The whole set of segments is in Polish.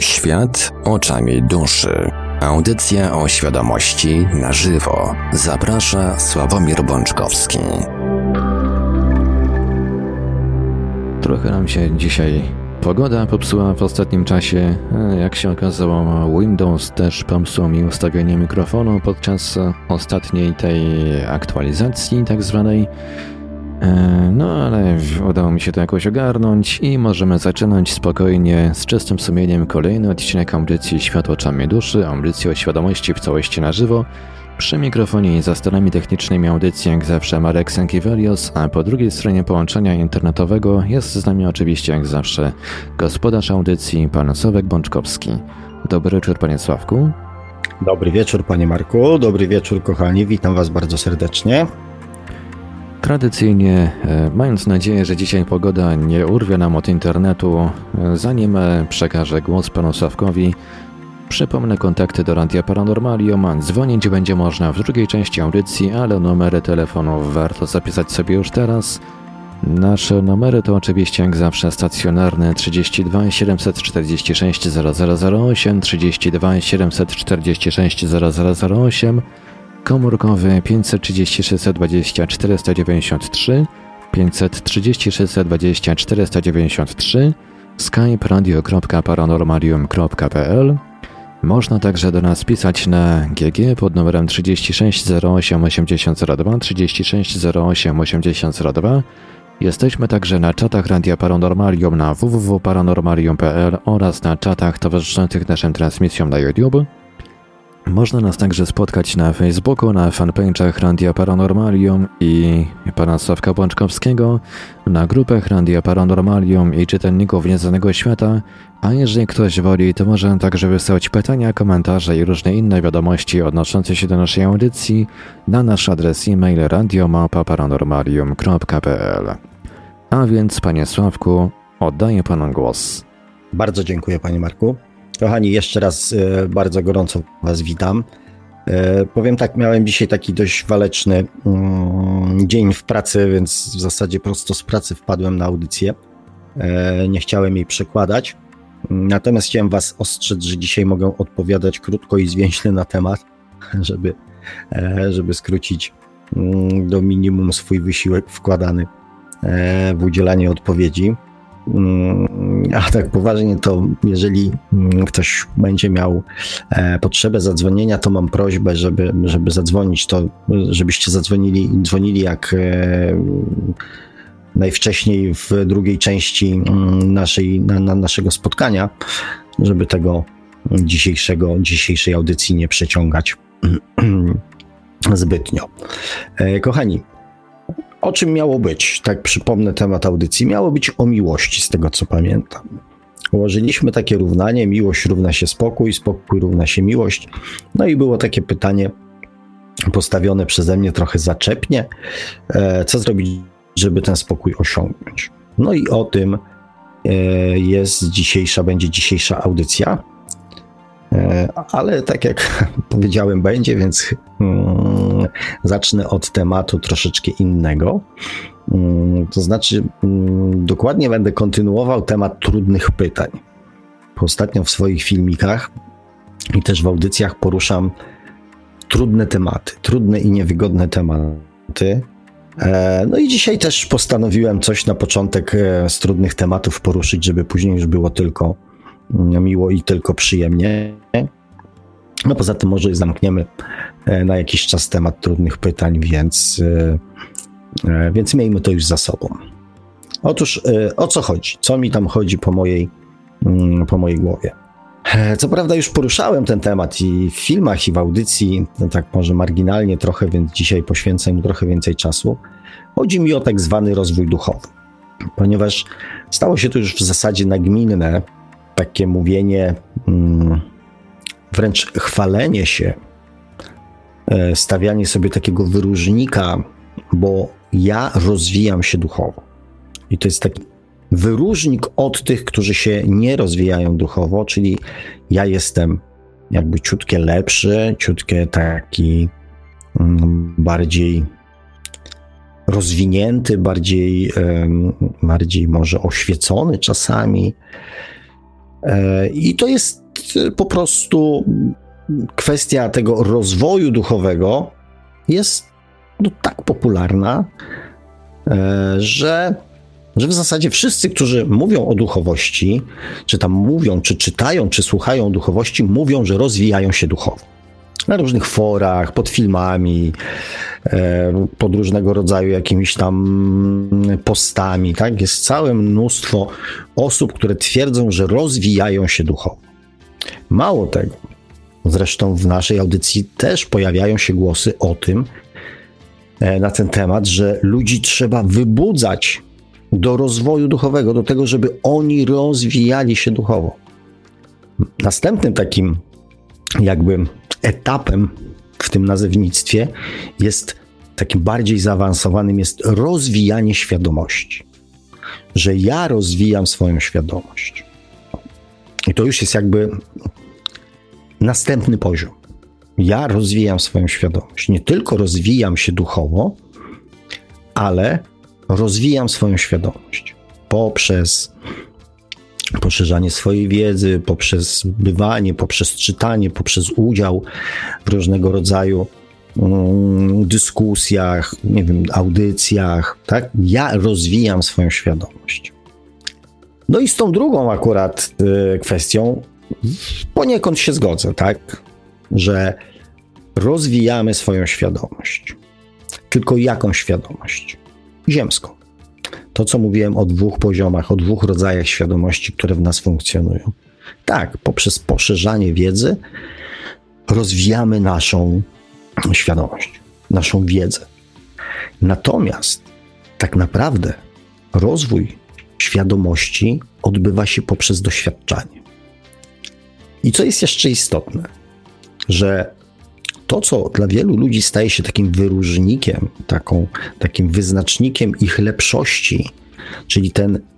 Świat oczami duszy. Audycja o świadomości na żywo. Zaprasza Sławomir Bączkowski. Trochę nam się dzisiaj pogoda popsuła w ostatnim czasie. Jak się okazało, Windows też popsuł mi ustawienie mikrofonu podczas ostatniej tej aktualizacji tak zwanej. No ale udało mi się to jakoś ogarnąć i możemy zaczynać spokojnie, z czystym sumieniem kolejny odcinek audycji Świat oczami duszy, audycji o świadomości w całości na żywo. Przy mikrofonie i za sterami technicznymi audycji jak zawsze Marek Sękiewelios, a po drugiej stronie połączenia internetowego jest z nami oczywiście jak zawsze gospodarz audycji pan Sławek Bączkowski. Dobry wieczór panie Sławku. Dobry wieczór panie Marku, dobry wieczór kochani, witam was bardzo serdecznie. Tradycyjnie, mając nadzieję, że dzisiaj pogoda nie urwie nam od internetu, zanim przekażę głos panu Sławkowi, przypomnę kontakty do Radia Paranormalium. Dzwonić będzie można w drugiej części audycji, ale numery telefonów warto zapisać sobie już teraz. Nasze numery to oczywiście jak zawsze stacjonarne 32 746 0008, 32 746 0008, komórkowy 536 20 493, 536 20 493, skype radio.paranormalium.pl. Można także do nas pisać na GG pod numerem 36 08 8002, 36 08 8002. Jesteśmy także na czatach Radia Paranormalium na www.paranormalium.pl oraz na czatach towarzyszących naszym transmisjom na YouTube. Można nas także spotkać na Facebooku, na fanpage'ach Radia Paranormalium i pana Sławka Bączkowskiego, na grupach Radia Paranormalium i czytelników Nieznanego Świata, a jeżeli ktoś woli, to może także wysyłać pytania, komentarze i różne inne wiadomości odnoszące się do naszej audycji na nasz adres e-mail radio@paranormalium.pl. A więc, panie Sławku, oddaję panu głos. Bardzo dziękuję panie Marku. Kochani, jeszcze raz bardzo gorąco was witam. Powiem tak, miałem dzisiaj taki dość waleczny dzień w pracy, więc w zasadzie prosto z pracy wpadłem na audycję. Nie chciałem jej przekładać. Natomiast chciałem was ostrzec, że dzisiaj mogę odpowiadać krótko i zwięźle na temat, żeby skrócić do minimum swój wysiłek wkładany w udzielanie odpowiedzi. A tak poważnie to jeżeli ktoś będzie miał potrzebę zadzwonienia, to mam prośbę, żeby zadzwonić, to żebyście dzwonili jak najwcześniej w drugiej części naszego spotkania, żeby tego dzisiejszej audycji nie przeciągać zbytnio. Kochani, o czym miało być? Tak przypomnę temat audycji. Miało być o miłości, z tego co pamiętam. Ułożyliśmy takie równanie, miłość równa się spokój, spokój równa się miłość. No i było takie pytanie postawione przeze mnie trochę zaczepnie. Co zrobić, żeby ten spokój osiągnąć? No i o tym będzie dzisiejsza audycja. Ale tak jak powiedziałem, będzie, więc zacznę od tematu troszeczkę innego. To znaczy, dokładnie będę kontynuował temat trudnych pytań. Ostatnio w swoich filmikach i też w audycjach poruszam trudne tematy, trudne i niewygodne tematy. No i dzisiaj też postanowiłem coś na początek z trudnych tematów poruszyć, żeby później już było tylko miło i tylko przyjemnie. No poza tym może zamkniemy na jakiś czas temat trudnych pytań, więc miejmy to już za sobą. Otóż o co chodzi? Co mi tam chodzi po mojej głowie? Co prawda już poruszałem ten temat i w filmach, i w audycji, no tak może marginalnie trochę, więc dzisiaj poświęcę mu trochę więcej czasu. Chodzi mi o tak zwany rozwój duchowy, ponieważ stało się to już w zasadzie nagminne, takie mówienie, wręcz chwalenie się, stawianie sobie takiego wyróżnika, bo ja rozwijam się duchowo. I to jest taki wyróżnik od tych, którzy się nie rozwijają duchowo, czyli ja jestem jakby ciutkę lepszy, ciutkę taki bardziej rozwinięty, bardziej może oświecony czasami. I to jest po prostu kwestia tego rozwoju duchowego jest tak popularna, że w zasadzie wszyscy, którzy mówią o duchowości, czy tam mówią, czy czytają, czy słuchają o duchowości, mówią, że rozwijają się duchowo. Na różnych forach, pod filmami, pod różnego rodzaju jakimiś tam postami, tak? Jest całe mnóstwo osób, które twierdzą, że rozwijają się duchowo. Mało tego, zresztą w naszej audycji też pojawiają się głosy o tym, na ten temat, że ludzi trzeba wybudzać do rozwoju duchowego, do tego, żeby oni rozwijali się duchowo. Następnym takim jakby etapem w tym nazewnictwie jest takim bardziej zaawansowanym jest rozwijanie świadomości. Że ja rozwijam swoją świadomość. I to już jest jakby następny poziom. Ja rozwijam swoją świadomość. Nie tylko rozwijam się duchowo, ale rozwijam swoją świadomość poprzez poszerzanie swojej wiedzy, poprzez bywanie, poprzez czytanie, poprzez udział w różnego rodzaju dyskusjach, nie wiem, audycjach, tak? Ja rozwijam swoją świadomość. No i z tą drugą akurat kwestią poniekąd się zgodzę, tak? Że rozwijamy swoją świadomość. Tylko jaką świadomość? Ziemską. To, co mówiłem o dwóch poziomach, o dwóch rodzajach świadomości, które w nas funkcjonują. Tak, poprzez poszerzanie wiedzy rozwijamy naszą świadomość, naszą wiedzę. Natomiast tak naprawdę rozwój świadomości odbywa się poprzez doświadczanie. I co jest jeszcze istotne, że to, co dla wielu ludzi staje się takim wyróżnikiem, takim wyznacznikiem ich lepszości, czyli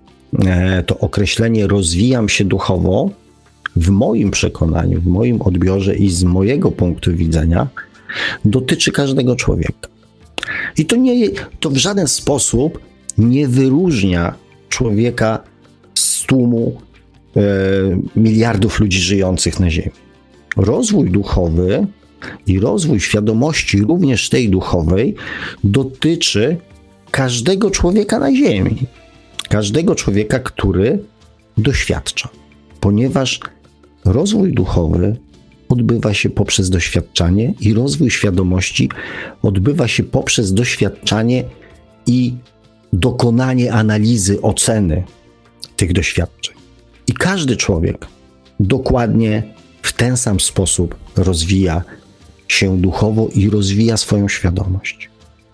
to określenie rozwijam się duchowo, w moim przekonaniu, w moim odbiorze i z mojego punktu widzenia dotyczy każdego człowieka. I to w żaden sposób nie wyróżnia człowieka z tłumu miliardów ludzi żyjących na Ziemi. Rozwój duchowy i rozwój świadomości, również tej duchowej, dotyczy każdego człowieka na Ziemi. Każdego człowieka, który doświadcza. Ponieważ rozwój duchowy odbywa się poprzez doświadczanie i rozwój świadomości odbywa się poprzez doświadczanie i dokonanie analizy, oceny tych doświadczeń. I każdy człowiek dokładnie w ten sam sposób rozwija się duchowo i rozwija swoją świadomość.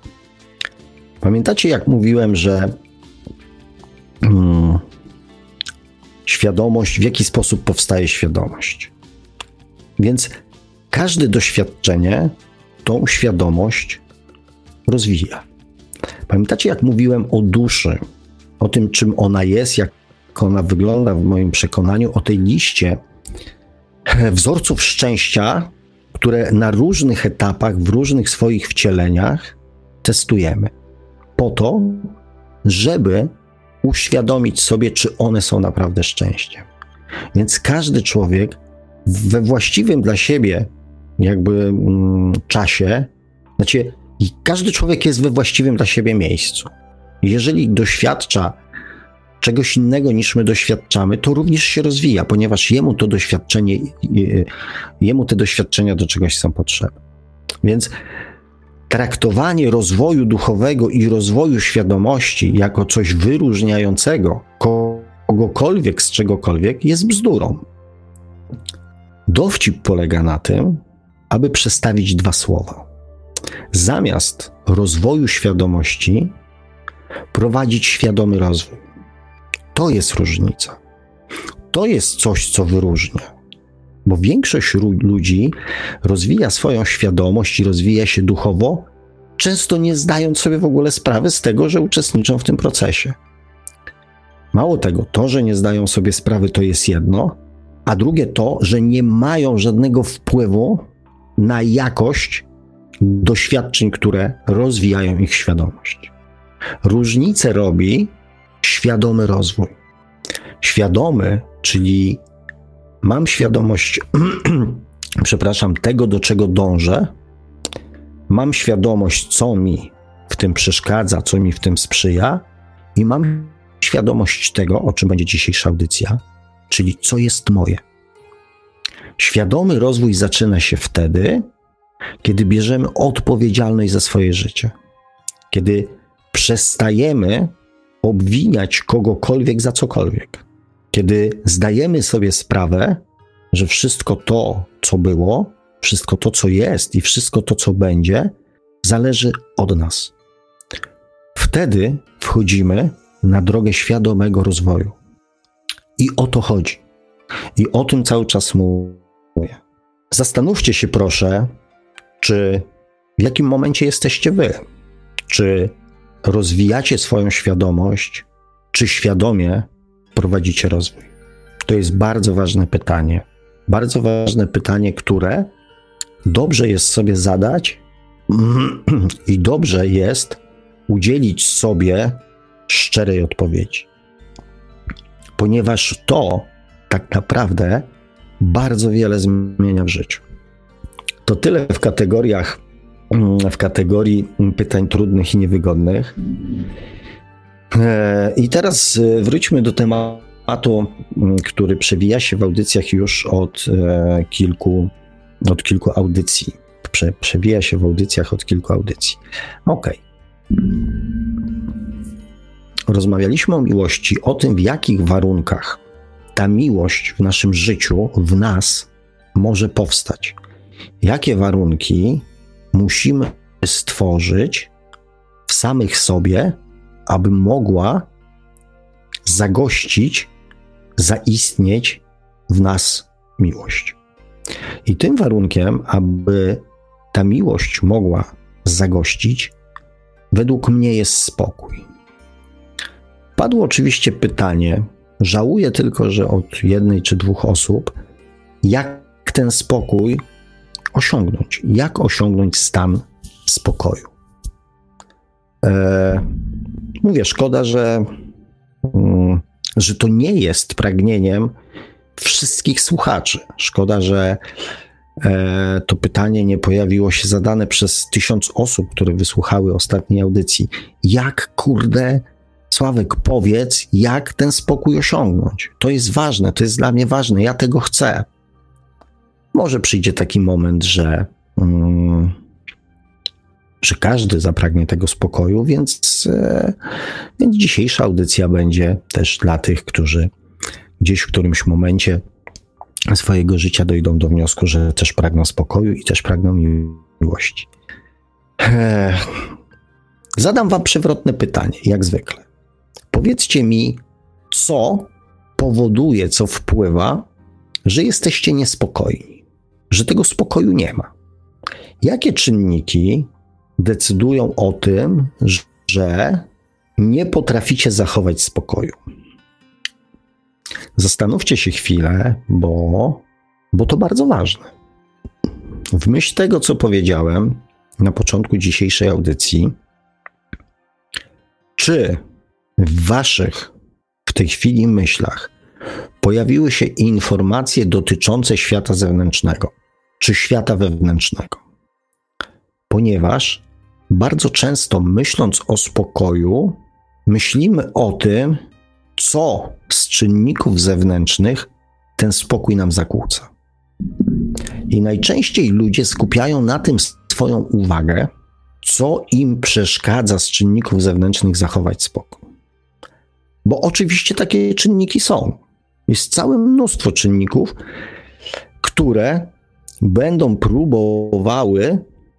Pamiętacie, jak mówiłem, że świadomość, w jaki sposób powstaje świadomość? Więc każde doświadczenie tą świadomość rozwija. Pamiętacie, jak mówiłem o duszy, o tym, czym ona jest, jak ona wygląda w moim przekonaniu, o tej liście wzorców szczęścia, które na różnych etapach, w różnych swoich wcieleniach testujemy. Po to, żeby uświadomić sobie, czy one są naprawdę szczęściem. Więc każdy człowiek we właściwym dla siebie jakby czasie, każdy człowiek jest we właściwym dla siebie miejscu. Jeżeli doświadcza czegoś innego niż my doświadczamy, to również się rozwija, ponieważ jemu te doświadczenia do czegoś są potrzebne. Więc traktowanie rozwoju duchowego i rozwoju świadomości jako coś wyróżniającego kogokolwiek z czegokolwiek jest bzdurą. Dowcip polega na tym, aby przestawić dwa słowa. Zamiast rozwoju świadomości prowadzić świadomy rozwój. To jest różnica. To jest coś, co wyróżnia. Bo większość ludzi rozwija swoją świadomość i rozwija się duchowo, często nie zdając sobie w ogóle sprawy z tego, że uczestniczą w tym procesie. Mało tego, to, że nie zdają sobie sprawy, to jest jedno, a drugie to, że nie mają żadnego wpływu na jakość doświadczeń, które rozwijają ich świadomość. Różnicę robi świadomy rozwój. Świadomy, czyli mam świadomość, przepraszam, tego, do czego dążę, mam świadomość, co mi w tym przeszkadza, co mi w tym sprzyja i mam świadomość tego, o czym będzie dzisiejsza audycja, czyli co jest moje. Świadomy rozwój zaczyna się wtedy, kiedy bierzemy odpowiedzialność za swoje życie. Kiedy przestajemy obwiniać kogokolwiek za cokolwiek. Kiedy zdajemy sobie sprawę, że wszystko to, co było, wszystko to, co jest i wszystko to, co będzie, zależy od nas. Wtedy wchodzimy na drogę świadomego rozwoju. I o to chodzi. I o tym cały czas mówię. Zastanówcie się proszę, czy w jakim momencie jesteście wy? Czy rozwijacie swoją świadomość, czy świadomie prowadzicie rozwój? To jest bardzo ważne pytanie. Bardzo ważne pytanie, które dobrze jest sobie zadać i dobrze jest udzielić sobie szczerej odpowiedzi. Ponieważ to tak naprawdę bardzo wiele zmienia w życiu. To tyle w kategorii pytań trudnych i niewygodnych. I teraz wróćmy do tematu, który przewija się w audycjach już od kilku audycji. Przewija się w audycjach od kilku audycji. Okej. Rozmawialiśmy o miłości, o tym, w jakich warunkach ta miłość w naszym życiu, w nas może powstać. Jakie warunki musimy stworzyć w samych sobie, aby mogła zagościć, zaistnieć w nas miłość. I tym warunkiem, aby ta miłość mogła zagościć, według mnie jest spokój. Padło oczywiście pytanie, żałuję tylko, że od jednej czy dwóch osób, jak ten spokój osiągnąć, jak osiągnąć stan spokoju. Mówię, szkoda, że to nie jest pragnieniem wszystkich słuchaczy. Szkoda, że to pytanie nie pojawiło się zadane przez 1000 osób, które wysłuchały ostatniej audycji. Jak, kurde, Sławek, powiedz, jak ten spokój osiągnąć? To jest ważne, to jest dla mnie ważne, ja tego chcę. Może przyjdzie taki moment, że każdy zapragnie tego spokoju, więc dzisiejsza audycja będzie też dla tych, którzy gdzieś w którymś momencie swojego życia dojdą do wniosku, że też pragną spokoju i też pragną miłości. Zadam wam przewrotne pytanie, jak zwykle. Powiedzcie mi, co powoduje, co wpływa, że jesteście niespokojni, że tego spokoju nie ma. Jakie czynniki decydują o tym, że nie potraficie zachować spokoju? Zastanówcie się chwilę, bo to bardzo ważne. W myśl tego, co powiedziałem na początku dzisiejszej audycji, czy w waszych w tej chwili myślach pojawiły się informacje dotyczące świata zewnętrznego czy świata wewnętrznego? Ponieważ bardzo często myśląc o spokoju, myślimy o tym, co z czynników zewnętrznych ten spokój nam zakłóca. I najczęściej ludzie skupiają na tym swoją uwagę, co im przeszkadza z czynników zewnętrznych zachować spokój. Bo oczywiście takie czynniki są. Jest całe mnóstwo czynników, które będą próbowały.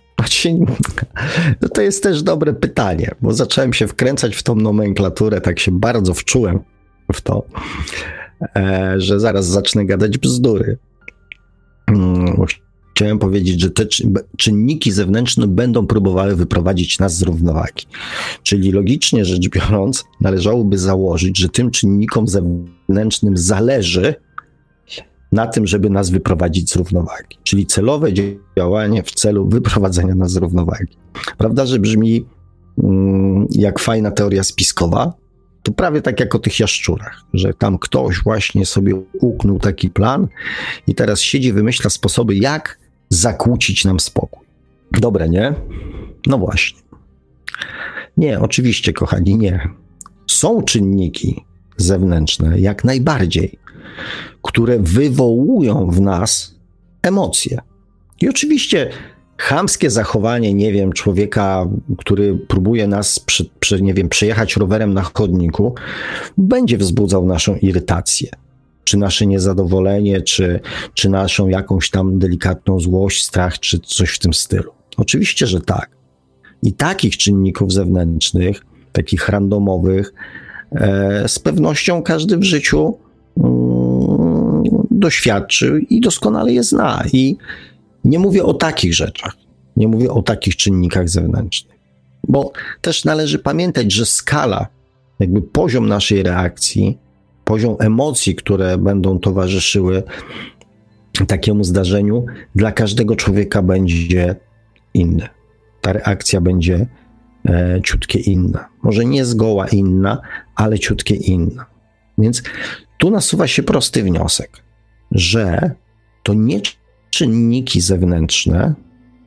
To jest też dobre pytanie, bo zacząłem się wkręcać w tą nomenklaturę, tak się bardzo wczułem w to, że zaraz zacznę gadać bzdury. Chciałem powiedzieć, że te czynniki zewnętrzne będą próbowały wyprowadzić nas z równowagi. Czyli logicznie rzecz biorąc, należałoby założyć, że tym czynnikom zewnętrznym zależy na tym, żeby nas wyprowadzić z równowagi. Czyli celowe działanie w celu wyprowadzenia nas z równowagi. Prawda, że brzmi jak fajna teoria spiskowa, To prawie tak jak o tych jaszczurach, że tam ktoś właśnie sobie uknął taki plan i teraz siedzi, wymyśla sposoby, jak zakłócić nam spokój. Dobre, nie? No właśnie. Nie, oczywiście, kochani, nie. Są czynniki zewnętrzne, jak najbardziej, które wywołują w nas emocje. I oczywiście chamskie zachowanie, nie wiem, człowieka, który próbuje nas, przejechać rowerem na chodniku, będzie wzbudzał naszą irytację, czy nasze niezadowolenie, czy naszą jakąś tam delikatną złość, strach, czy coś w tym stylu. Oczywiście, że tak. I takich czynników zewnętrznych, takich randomowych, z pewnością każdy w życiu doświadczy i doskonale je zna. I nie mówię o takich rzeczach, nie mówię o takich czynnikach zewnętrznych, bo też należy pamiętać, że skala, jakby poziom naszej reakcji, poziom emocji, które będą towarzyszyły takiemu zdarzeniu, dla każdego człowieka będzie inny. Ta reakcja będzie ciutkie inna. Może nie zgoła inna, ale ciutkie inna. Więc tu nasuwa się prosty wniosek, że to nie czynniki zewnętrzne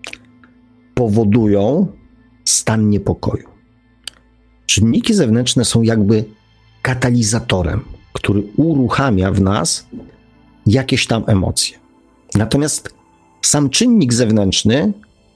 powodują stan niepokoju. Czynniki zewnętrzne są jakby katalizatorem, który uruchamia w nas jakieś tam emocje. Natomiast sam czynnik zewnętrzny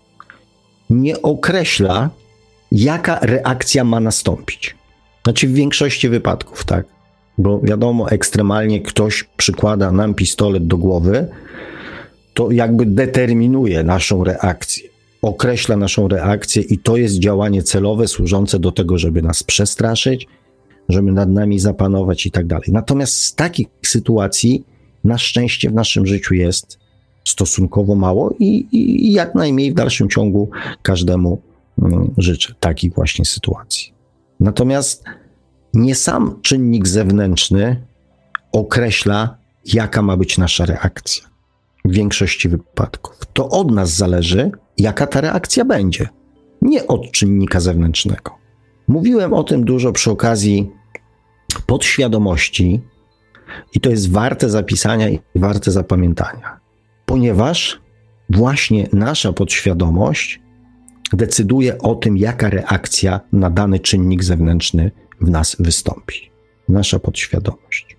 nie określa, jaka reakcja ma nastąpić. Znaczy w większości wypadków, tak? Bo wiadomo, ekstremalnie ktoś przykłada nam pistolet do głowy, to jakby determinuje naszą reakcję, określa naszą reakcję i to jest działanie celowe służące do tego, żeby nas przestraszyć, żeby nad nami zapanować i tak dalej. Natomiast z takich sytuacji na szczęście w naszym życiu jest stosunkowo mało i jak najmniej w dalszym ciągu każdemu życzę takich właśnie sytuacji. Natomiast nie sam czynnik zewnętrzny określa, jaka ma być nasza reakcja. W większości wypadków. To od nas zależy, jaka ta reakcja będzie. Nie od czynnika zewnętrznego. Mówiłem o tym dużo przy okazji podświadomości i to jest warte zapisania i warte zapamiętania. Ponieważ właśnie nasza podświadomość decyduje o tym, jaka reakcja na dany czynnik zewnętrzny w nas wystąpi. Nasza podświadomość.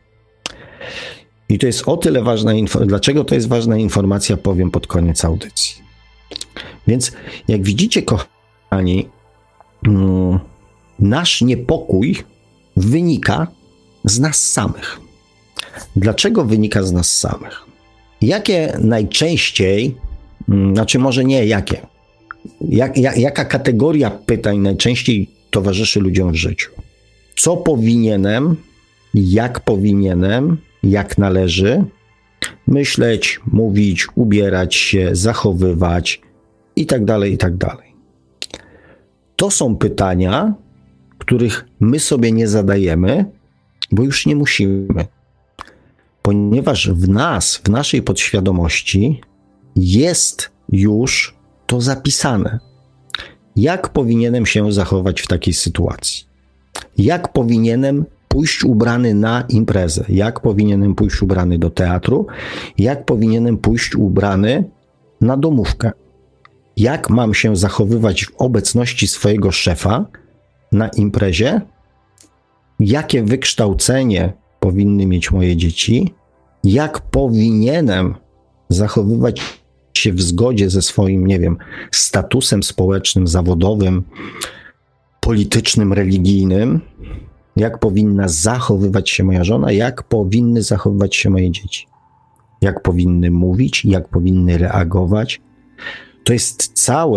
I to jest o tyle ważna informacja. Dlaczego to jest ważna informacja, powiem pod koniec audycji. Więc jak widzicie, kochani, nasz niepokój wynika z nas samych. Dlaczego wynika z nas samych? Jakie najczęściej, znaczy może nie jakie, jaka kategoria pytań najczęściej towarzyszy ludziom w życiu? Co powinienem, jak należy myśleć, mówić, ubierać się, zachowywać i tak dalej, i tak dalej. To są pytania, których my sobie nie zadajemy, bo już nie musimy. Ponieważ w nas, w naszej podświadomości jest już to zapisane. Jak powinienem się zachować w takiej sytuacji? Jak powinienem pójść ubrany na imprezę? Jak powinienem pójść ubrany do teatru? Jak powinienem pójść ubrany na domówkę? Jak mam się zachowywać w obecności swojego szefa na imprezie? Jakie wykształcenie powinny mieć moje dzieci? Jak powinienem zachowywać się w zgodzie ze swoim, nie wiem, statusem społecznym, zawodowym, politycznym, religijnym? Jak powinna zachowywać się moja żona? Jak powinny zachowywać się moje dzieci? Jak powinny mówić? Jak powinny reagować? To jest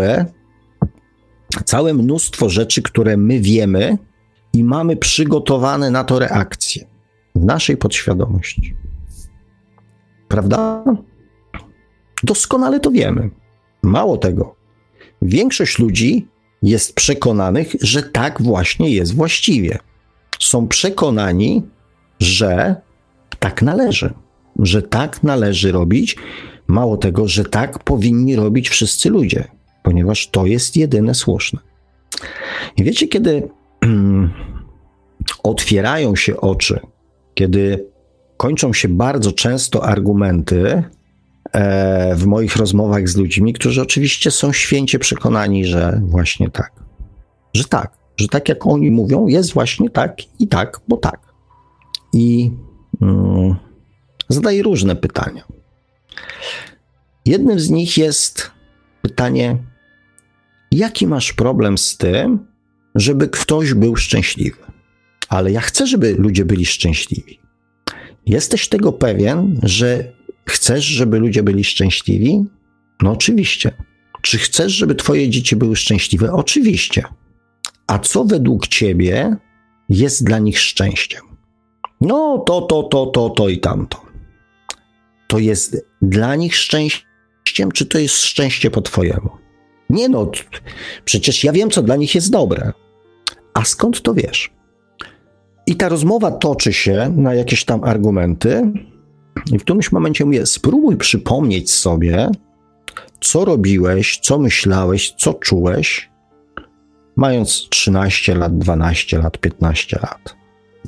całe mnóstwo rzeczy, które my wiemy i mamy przygotowane na to reakcje w naszej podświadomości. Prawda? Doskonale to wiemy. Mało tego, większość ludzi jest przekonanych, że tak właśnie jest właściwie. Są przekonani, że tak należy robić. Mało tego, że tak powinni robić wszyscy ludzie, ponieważ to jest jedyne słuszne. I wiecie, kiedy otwierają się oczy, kiedy kończą się bardzo często argumenty w moich rozmowach z ludźmi, którzy oczywiście są święcie przekonani, że właśnie tak. Że tak jak oni mówią, jest właśnie tak i tak, bo tak. I zadaję różne pytania. Jednym z nich jest pytanie, jaki masz problem z tym, żeby ktoś był szczęśliwy? Ale ja chcę, żeby ludzie byli szczęśliwi. Jesteś tego pewien, że chcesz, żeby ludzie byli szczęśliwi? No oczywiście. Czy chcesz, żeby twoje dzieci były szczęśliwe? Oczywiście. A co według ciebie jest dla nich szczęściem? No to i tamto. To jest dla nich szczęściem, czy to jest szczęście po twojemu? Nie no, przecież ja wiem, co dla nich jest dobre. A skąd to wiesz? I ta rozmowa toczy się na jakieś tam argumenty i w którymś momencie mówię, spróbuj przypomnieć sobie, co robiłeś, co myślałeś, co czułeś, mając 13 lat, 12 lat, 15 lat.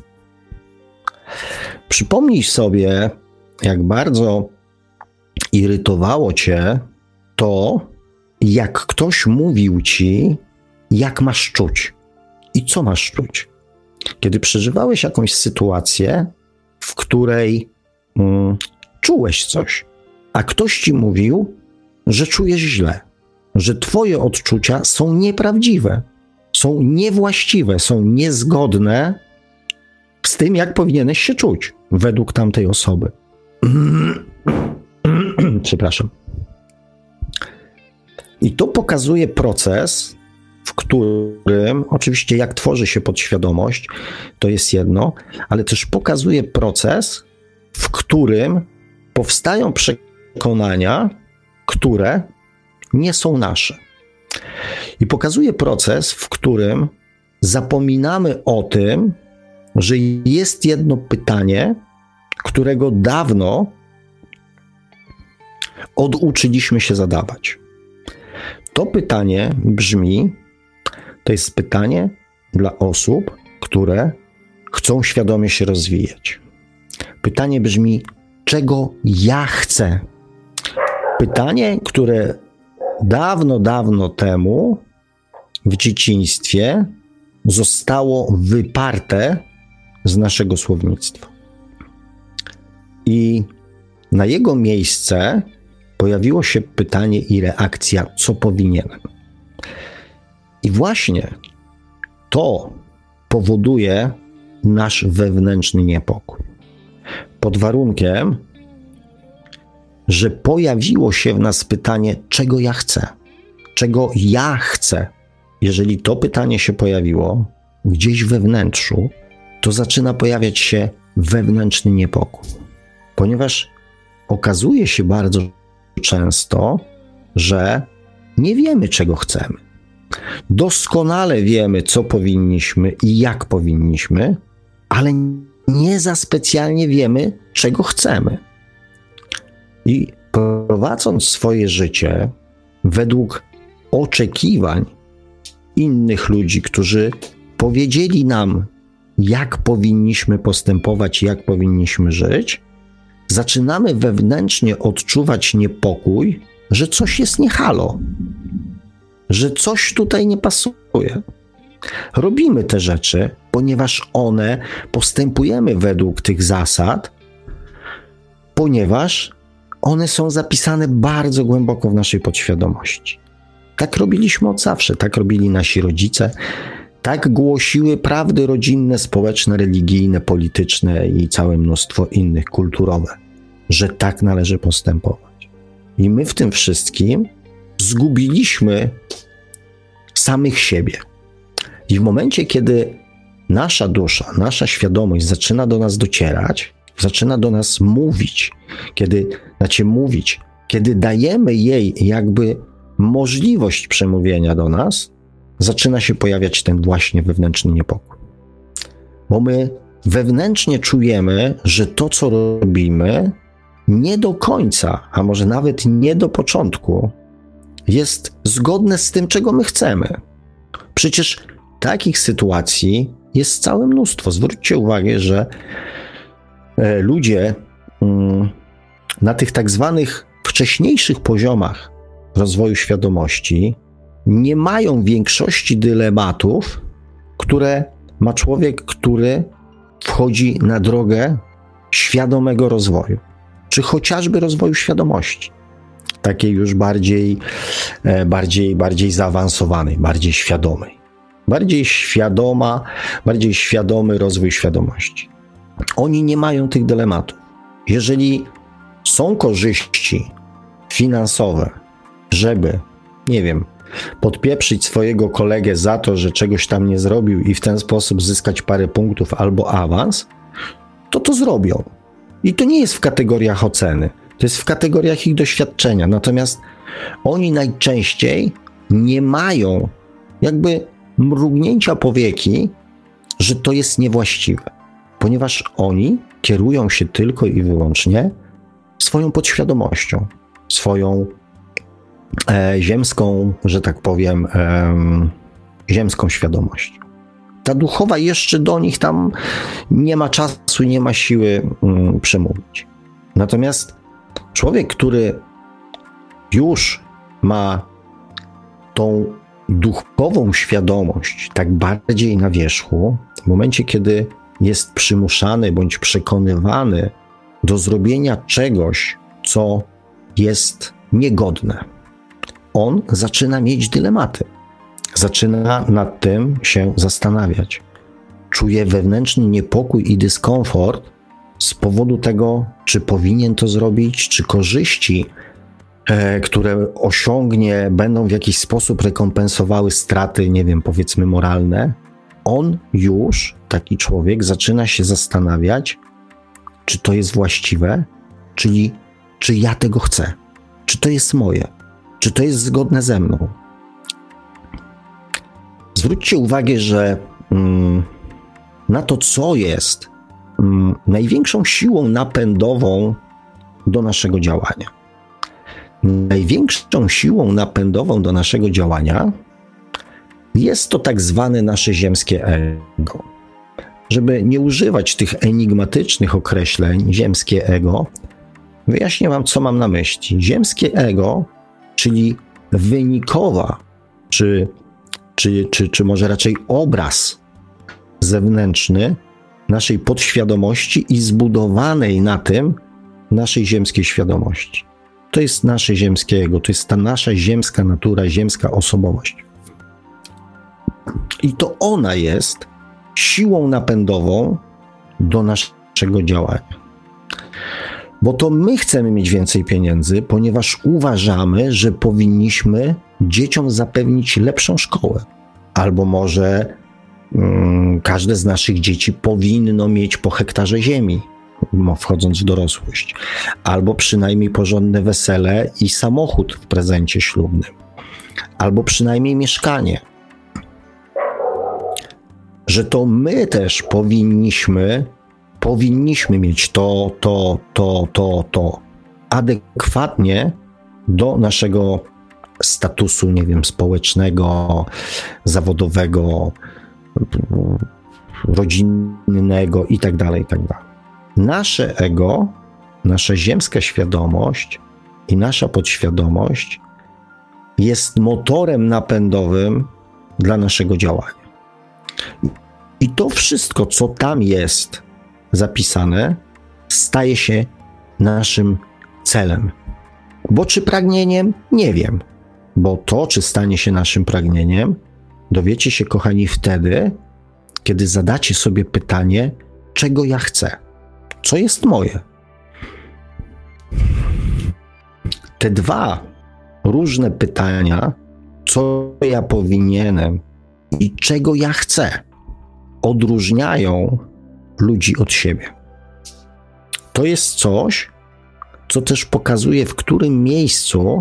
Przypomnij sobie, jak bardzo irytowało cię to, jak ktoś mówił ci, jak masz czuć i co masz czuć. Kiedy przeżywałeś jakąś sytuację, w której czułeś coś, a ktoś ci mówił, że czujesz źle, że twoje odczucia są nieprawdziwe, są niewłaściwe, są niezgodne z tym, jak powinieneś się czuć według tamtej osoby. Przepraszam. I to pokazuje proces, w którym, oczywiście jak tworzy się podświadomość, to jest jedno, ale też pokazuje proces, w którym powstają przekonania, które nie są nasze. I pokazuje proces, w którym zapominamy o tym, że jest jedno pytanie, którego dawno oduczyliśmy się zadawać. To pytanie brzmi, to jest pytanie dla osób, które chcą świadomie się rozwijać. Pytanie brzmi, czego ja chcę? Pytanie, które dawno temu w dzieciństwie zostało wyparte z naszego słownictwa. I na jego miejsce pojawiło się pytanie i reakcja, co powinienem. I właśnie to powoduje nasz wewnętrzny niepokój. Pod warunkiem, że pojawiło się w nas pytanie, czego ja chcę? Czego ja chcę? Jeżeli to pytanie się pojawiło gdzieś we wnętrzu, to zaczyna pojawiać się wewnętrzny niepokój. Ponieważ okazuje się bardzo często, że nie wiemy, czego chcemy. Doskonale wiemy, co powinniśmy i jak powinniśmy, ale nie za specjalnie wiemy, czego chcemy. I prowadząc swoje życie według oczekiwań innych ludzi, którzy powiedzieli nam, jak powinniśmy postępować, jak powinniśmy żyć, zaczynamy wewnętrznie odczuwać niepokój, że coś jest nie halo, że coś tutaj nie pasuje. Robimy te rzeczy, ponieważ postępujemy według tych zasad, ponieważ one są zapisane bardzo głęboko w naszej podświadomości. Tak robiliśmy od zawsze, tak robili nasi rodzice, tak głosiły prawdy rodzinne, społeczne, religijne, polityczne i całe mnóstwo innych, kulturowe, że tak należy postępować. I my w tym wszystkim zgubiliśmy samych siebie. I w momencie, kiedy nasza dusza, nasza świadomość zaczyna do nas docierać, zaczyna do nas mówić, kiedy dajemy jej jakby możliwość przemówienia do nas, zaczyna się pojawiać ten właśnie wewnętrzny niepokój. Bo my wewnętrznie czujemy, że to, co robimy, nie do końca, a może nawet nie do początku, jest zgodne z tym, czego my chcemy. Przecież takich sytuacji jest całe mnóstwo. Zwróćcie uwagę, że ludzie na tych tak zwanych wcześniejszych poziomach rozwoju świadomości nie mają większości dylematów, które ma człowiek, który wchodzi na drogę świadomego rozwoju, czy chociażby rozwoju świadomości, takiej już bardziej zaawansowanej, bardziej świadomej, bardziej świadomy rozwój świadomości. Oni nie mają tych dylematów. Jeżeli są korzyści finansowe, żeby, nie wiem, podpieprzyć swojego kolegę za to, że czegoś tam nie zrobił i w ten sposób zyskać parę punktów albo awans, to zrobią. I to nie jest w kategoriach oceny, to jest w kategoriach ich doświadczenia. Natomiast oni najczęściej nie mają jakby mrugnięcia powieki, że to jest niewłaściwe, ponieważ oni kierują się tylko i wyłącznie swoją podświadomością, swoją ziemską, że tak powiem, ziemską świadomością. Ta duchowa jeszcze do nich tam nie ma czasu, nie ma siły przemówić. Natomiast człowiek, który już ma tą duchową świadomość tak bardziej na wierzchu, w momencie, kiedy jest przymuszany bądź przekonywany do zrobienia czegoś, co jest niegodne, on zaczyna mieć dylematy. Zaczyna nad tym się zastanawiać. Czuje wewnętrzny niepokój i dyskomfort z powodu tego, czy powinien to zrobić, czy korzyści, które osiągnie, będą w jakiś sposób rekompensowały straty, nie wiem, powiedzmy moralne. On już, taki człowiek, zaczyna się zastanawiać, czy to jest właściwe, czyli czy ja tego chcę, czy to jest moje, czy to jest zgodne ze mną. Zwróćcie uwagę, że na to, co jest największą siłą napędową do naszego działania. Największą siłą napędową do naszego działania jest to tak zwane nasze ziemskie ego. Żeby nie używać tych enigmatycznych określeń, ziemskie ego, wyjaśnię wam, co mam na myśli. Ziemskie ego, czyli wynikowa, czy może raczej obraz zewnętrzny naszej podświadomości i zbudowanej na tym naszej ziemskiej świadomości. To jest nasze ziemskie ego, to jest ta nasza ziemska natura, ziemska osobowość. I to ona jest siłą napędową do naszego działania. Bo to my chcemy mieć więcej pieniędzy, ponieważ uważamy, że powinniśmy dzieciom zapewnić lepszą szkołę. Albo może każde z naszych dzieci powinno mieć po hektarze ziemi, wchodząc w dorosłość. Albo przynajmniej porządne wesele i samochód w prezencie ślubnym. Albo przynajmniej mieszkanie. Że to my też powinniśmy mieć to adekwatnie do naszego statusu, nie wiem, społecznego, zawodowego, rodzinnego i tak dalej, i tak dalej. Nasze ego, nasza ziemska świadomość i nasza podświadomość jest motorem napędowym dla naszego działania. I to wszystko, co tam jest zapisane, staje się naszym celem. Bo czy pragnieniem? Nie wiem. Bo to, czy stanie się naszym pragnieniem, dowiecie się, kochani, wtedy, kiedy zadacie sobie pytanie, czego ja chcę, co jest moje. Te dwa różne pytania, co ja powinienem i czego ja chcę, odróżniają ludzi od siebie. To jest coś, co też pokazuje, w którym miejscu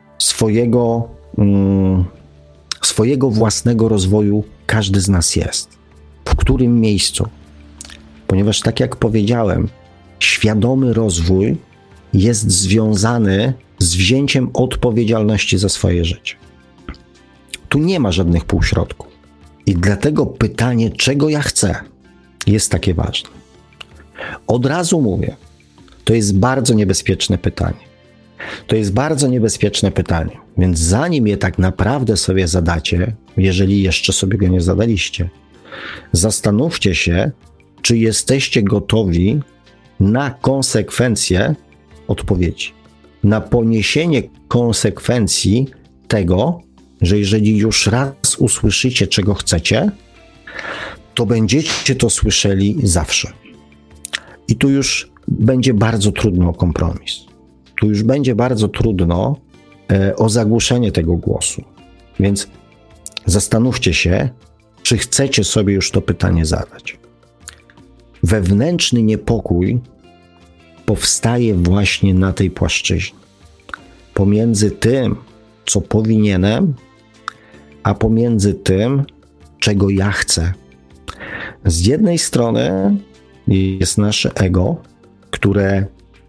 swojego własnego rozwoju każdy z nas jest. W którym miejscu. Ponieważ, tak jak powiedziałem, świadomy rozwój jest związany z wzięciem odpowiedzialności za swoje życie. Tu nie ma żadnych półśrodków. I dlatego pytanie, czego ja chcę, jest takie ważne. Od razu mówię, to jest bardzo niebezpieczne pytanie. To jest bardzo niebezpieczne pytanie, więc zanim je tak naprawdę sobie zadacie, jeżeli jeszcze sobie go nie zadaliście, zastanówcie się, czy jesteście gotowi na konsekwencje odpowiedzi, na poniesienie konsekwencji tego, że jeżeli już raz usłyszycie, czego chcecie, to będziecie to słyszeli zawsze. I tu już będzie bardzo trudno o kompromis. Tu już będzie bardzo trudno o zagłuszenie tego głosu. Więc zastanówcie się, czy chcecie sobie już to pytanie zadać. Wewnętrzny niepokój powstaje właśnie na tej płaszczyźnie. Pomiędzy tym, co powinienem, a pomiędzy tym, czego ja chcę. Z jednej strony jest nasze ego, które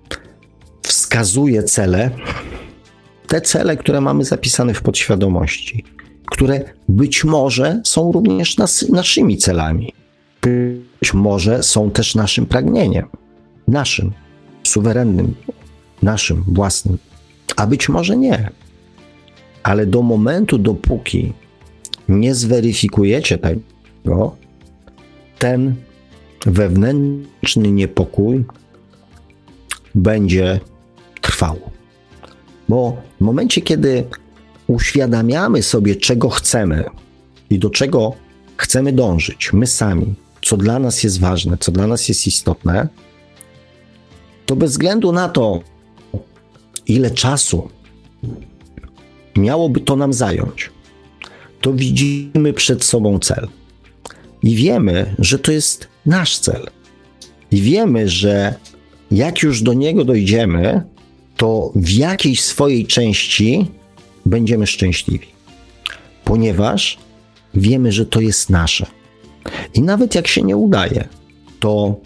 wskazuje cele, te cele, które mamy zapisane w podświadomości, które być może są również naszymi celami. Być może są też naszym pragnieniem, naszym, suwerennym, naszym, własnym, a być może nie. Ale do momentu, dopóki nie zweryfikujecie tego, ten wewnętrzny niepokój będzie trwał. Bo w momencie, kiedy uświadamiamy sobie, czego chcemy i do czego chcemy dążyć, my sami, co dla nas jest ważne, co dla nas jest istotne, to bez względu na to, ile czasu miałoby to nam zająć, to widzimy przed sobą cel. I wiemy, że to jest nasz cel. I wiemy, że jak już do niego dojdziemy, to w jakiejś swojej części będziemy szczęśliwi. Ponieważ wiemy, że to jest nasze. I nawet jak się nie udaje, to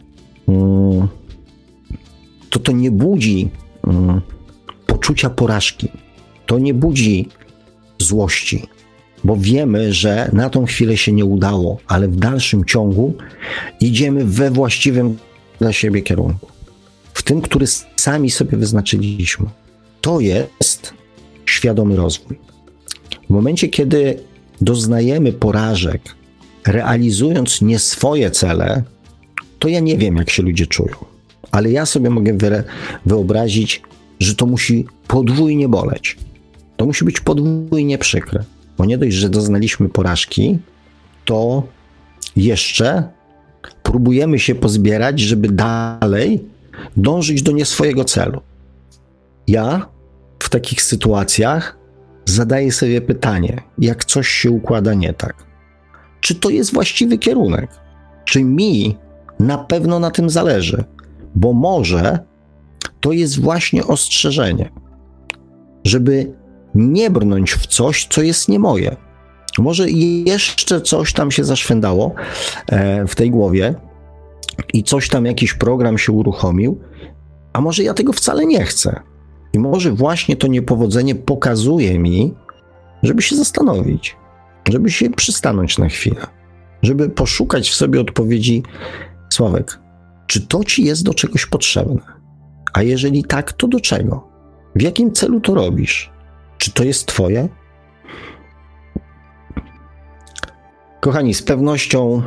nie budzi poczucia porażki. To nie budzi złości, bo wiemy, że na tą chwilę się nie udało, ale w dalszym ciągu idziemy we właściwym dla siebie kierunku. W tym, który sami sobie wyznaczyliśmy. To jest świadomy rozwój. W momencie, kiedy doznajemy porażek, realizując nie swoje cele, to ja nie wiem, jak się ludzie czują. Ale ja sobie mogę wyobrazić, że to musi podwójnie boleć. To musi być podwójnie przykre. Bo nie dość, że doznaliśmy porażki, to jeszcze próbujemy się pozbierać, żeby dalej dążyć do nie swojego celu. Ja w takich sytuacjach zadaję sobie pytanie, jak coś się układa nie tak. Czy to jest właściwy kierunek? Czy mi na pewno na tym zależy? Bo może to jest właśnie ostrzeżenie, żeby nie brnąć w coś, co jest nie moje. Może jeszcze coś tam się zaszwędało w tej głowie i coś tam, jakiś program się uruchomił, a może ja tego wcale nie chcę. I może właśnie to niepowodzenie pokazuje mi, żeby się zastanowić, żeby się przystanąć na chwilę, żeby poszukać w sobie odpowiedzi: Sławek, czy to ci jest do czegoś potrzebne? A jeżeli tak, to do czego? W jakim celu to robisz? Czy to jest twoje? Kochani, z pewnością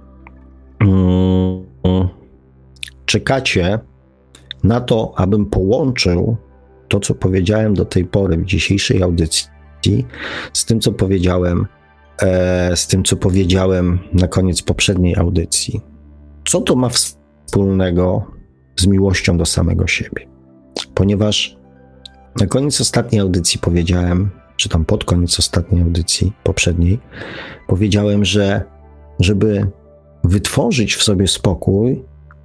czekacie na to, abym połączył to, co powiedziałem do tej pory w dzisiejszej audycji, z tym, co powiedziałem na koniec poprzedniej audycji. Co to ma wspólnego z miłością do samego siebie? Ponieważ na koniec ostatniej audycji powiedziałem, czy tam pod koniec ostatniej audycji poprzedniej, powiedziałem, że żeby wytworzyć w sobie spokój,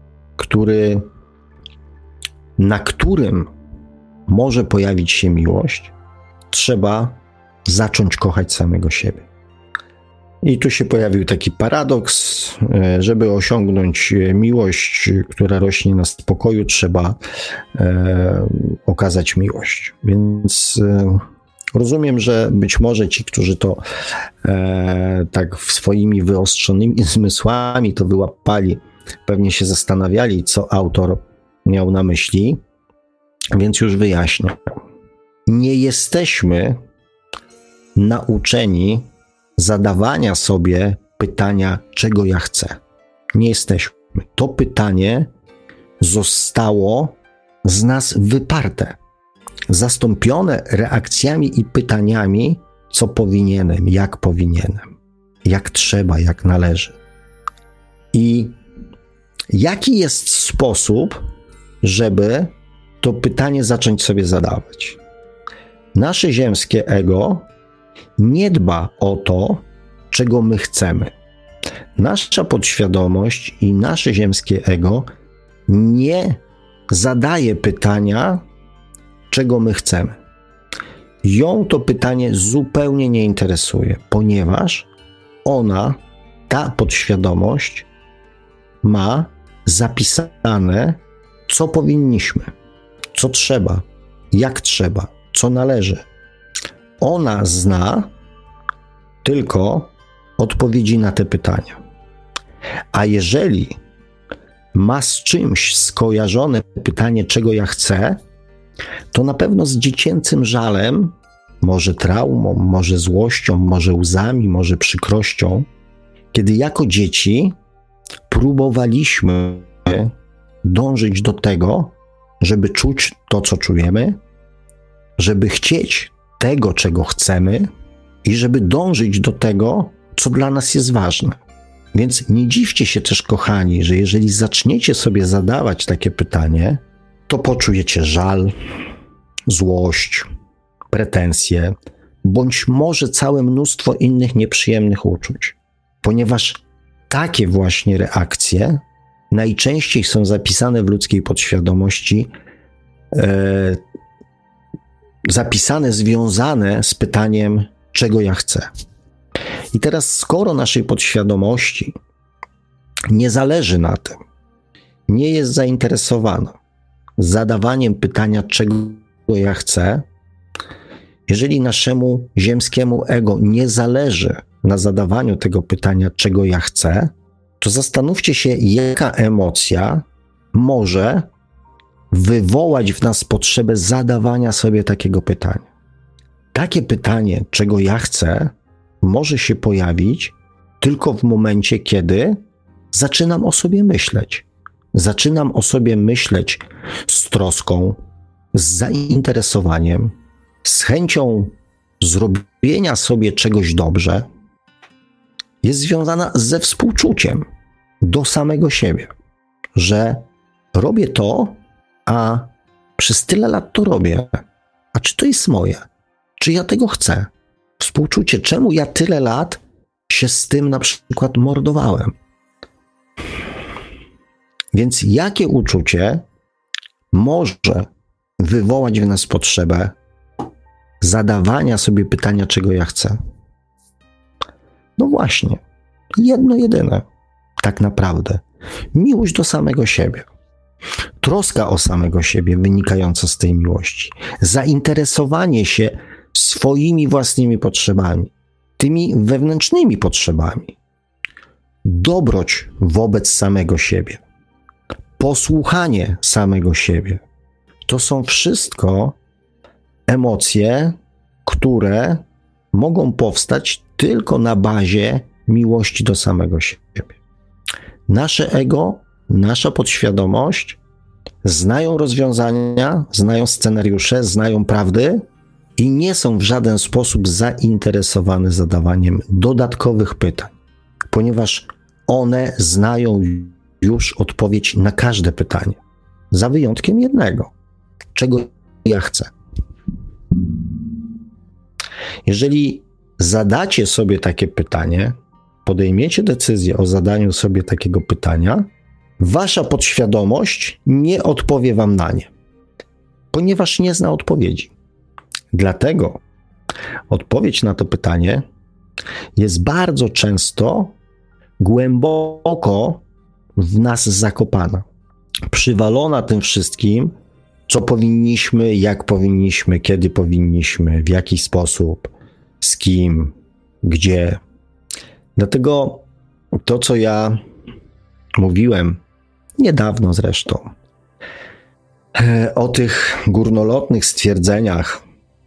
na którym może pojawić się miłość, trzeba zacząć kochać samego siebie. I tu się pojawił taki paradoks: żeby osiągnąć miłość, która rośnie na spokoju, trzeba okazać miłość. Więc Rozumiem, że być może ci, którzy to tak swoimi wyostrzonymi zmysłami to wyłapali, pewnie się zastanawiali, co autor miał na myśli, więc już wyjaśnię. Nie jesteśmy nauczeni zadawania sobie pytania, czego ja chcę. Nie jesteśmy. To pytanie zostało z nas wyparte, zastąpione reakcjami i pytaniami, co powinienem, jak trzeba, jak należy. I jaki jest sposób, żeby to pytanie zacząć sobie zadawać? Nasze ziemskie ego nie dba o to, czego my chcemy. Nasza podświadomość i nasze ziemskie ego nie zadaje pytania, czego my chcemy. Ją to pytanie zupełnie nie interesuje, ponieważ ona, ta podświadomość, ma zapisane, co powinniśmy, co trzeba, jak trzeba, co należy. Ona zna tylko odpowiedzi na te pytania. A jeżeli ma z czymś skojarzone pytanie, czego ja chcę, to na pewno z dziecięcym żalem, może traumą, może złością, może łzami, może przykrością, kiedy jako dzieci próbowaliśmy dążyć do tego, żeby czuć to, co czujemy, żeby chcieć tego, czego chcemy i żeby dążyć do tego, co dla nas jest ważne. Więc nie dziwcie się też, kochani, że jeżeli zaczniecie sobie zadawać takie pytanie, to poczujecie żal, złość, pretensje, bądź może całe mnóstwo innych nieprzyjemnych uczuć, ponieważ takie właśnie reakcje najczęściej są zapisane w ludzkiej podświadomości, związane z pytaniem, czego ja chcę. I teraz, skoro naszej podświadomości nie zależy na tym, nie jest zainteresowana zadawaniem pytania, czego ja chcę, jeżeli naszemu ziemskiemu ego nie zależy na zadawaniu tego pytania, czego ja chcę, to zastanówcie się, jaka emocja może wywołać w nas potrzebę zadawania sobie takiego pytania. Takie pytanie, czego ja chcę, może się pojawić tylko w momencie, kiedy zaczynam o sobie myśleć. Zaczynam o sobie myśleć z troską, z zainteresowaniem, z chęcią zrobienia sobie czegoś dobrze. Jest związana ze współczuciem do samego siebie, że robię to, a przez tyle lat to robię. A czy to jest moje? Czy ja tego chcę? Współczucie, czemu ja tyle lat się z tym na przykład mordowałem? Więc jakie uczucie może wywołać w nas potrzebę zadawania sobie pytania, czego ja chcę? No właśnie, jedno jedyne, tak naprawdę. Miłość do samego siebie. Troska o samego siebie wynikająca z tej miłości. Zainteresowanie się swoimi własnymi potrzebami, tymi wewnętrznymi potrzebami. Dobroć wobec samego siebie. Posłuchanie samego siebie. To są wszystko emocje, które mogą powstać tylko na bazie miłości do samego siebie. Nasze ego, nasza podświadomość znają rozwiązania, znają scenariusze, znają prawdy i nie są w żaden sposób zainteresowane zadawaniem dodatkowych pytań, ponieważ one znają już odpowiedź na każde pytanie, za wyjątkiem jednego. Czego ja chcę? Jeżeli zadacie sobie takie pytanie, podejmiecie decyzję o zadaniu sobie takiego pytania, wasza podświadomość nie odpowie wam na nie, ponieważ nie zna odpowiedzi. Dlatego odpowiedź na to pytanie jest bardzo często głęboko w nas zakopana, przywalona tym wszystkim, co powinniśmy, jak powinniśmy, kiedy powinniśmy, w jaki sposób, z kim, gdzie. Dlatego to, co ja mówiłem niedawno zresztą, o tych górnolotnych stwierdzeniach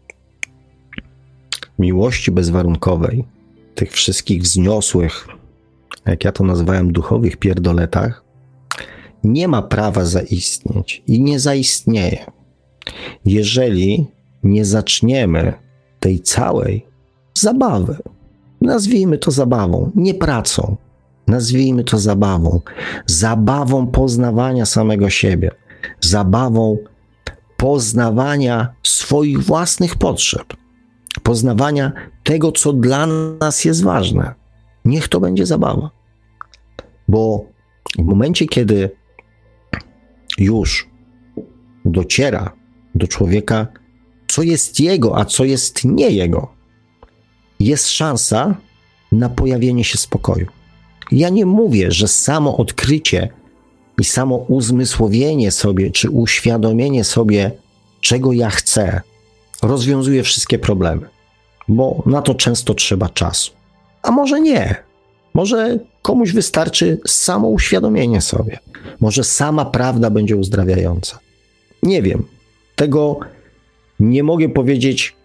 miłości bezwarunkowej, tych wszystkich wzniosłych, jak ja to nazwałem, duchowych pierdoletach, nie ma prawa zaistnieć i nie zaistnieje, jeżeli nie zaczniemy tej całej zabawy, nazwijmy to zabawą, nie pracą, nazwijmy to zabawą, zabawą poznawania samego siebie, zabawą poznawania swoich własnych potrzeb, poznawania tego, co dla nas jest ważne. Niech to będzie zabawa. Bo w momencie, kiedy już dociera do człowieka, co jest jego, a co jest nie jego, jest szansa na pojawienie się spokoju. Ja nie mówię, że samo odkrycie i samo uzmysłowienie sobie, czy uświadomienie sobie, czego ja chcę, rozwiązuje wszystkie problemy, bo na to często trzeba czasu. A może nie. Może komuś wystarczy samo uświadomienie sobie. Może sama prawda będzie uzdrawiająca. Nie wiem. Tego nie mogę powiedzieć,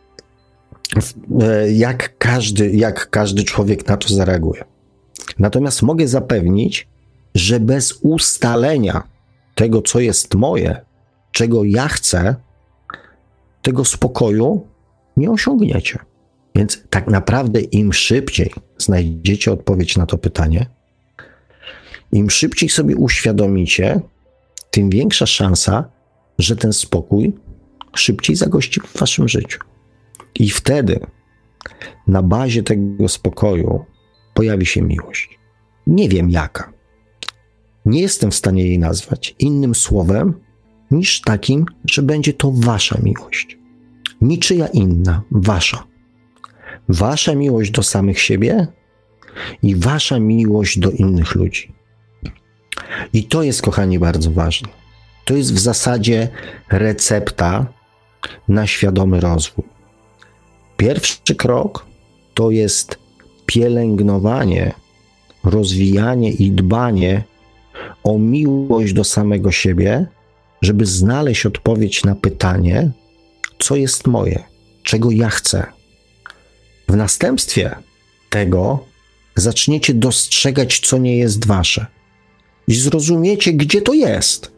jak każdy człowiek na to zareaguje. Natomiast mogę zapewnić, że bez ustalenia tego, co jest moje, czego ja chcę, tego spokoju nie osiągniecie. Więc tak naprawdę im szybciej znajdziecie odpowiedź na to pytanie, im szybciej sobie uświadomicie, tym większa szansa, że ten spokój szybciej zagości w waszym życiu. I wtedy na bazie tego spokoju pojawi się miłość. Nie wiem jaka. Nie jestem w stanie jej nazwać innym słowem niż takim, że będzie to wasza miłość. Niczyja inna, wasza. Wasza miłość do samych siebie i wasza miłość do innych ludzi. I to jest, kochani, bardzo ważne. To jest w zasadzie recepta na świadomy rozwój. Pierwszy krok to jest pielęgnowanie, rozwijanie i dbanie o miłość do samego siebie, żeby znaleźć odpowiedź na pytanie, co jest moje, czego ja chcę. W następstwie tego zaczniecie dostrzegać, co nie jest wasze i zrozumiecie, gdzie to jest.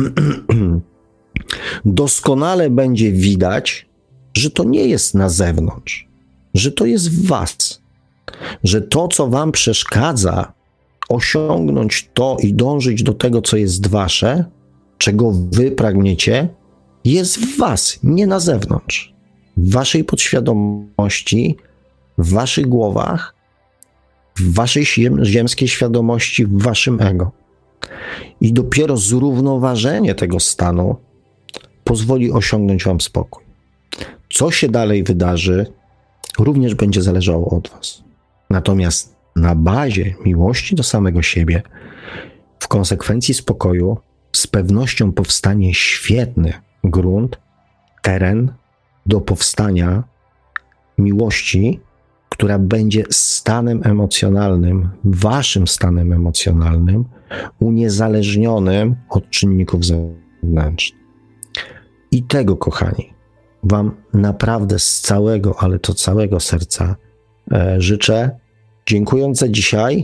Doskonale będzie widać, że to nie jest na zewnątrz, że to jest w was, że to, co wam przeszkadza osiągnąć to i dążyć do tego, co jest wasze, czego wy pragniecie, jest w was, nie na zewnątrz. W waszej podświadomości, w waszych głowach, w waszej ziemskiej świadomości, w waszym ego. I dopiero zrównoważenie tego stanu pozwoli osiągnąć wam spokój. Co się dalej wydarzy, również będzie zależało od was. Natomiast na bazie miłości do samego siebie, w konsekwencji spokoju, z pewnością powstanie świetny grunt, teren do powstania miłości, która będzie stanem emocjonalnym, waszym stanem emocjonalnym, uniezależnionym od czynników zewnętrznych. I tego, kochani, wam naprawdę z całego, ale to całego serca życzę. Dziękując za dzisiaj.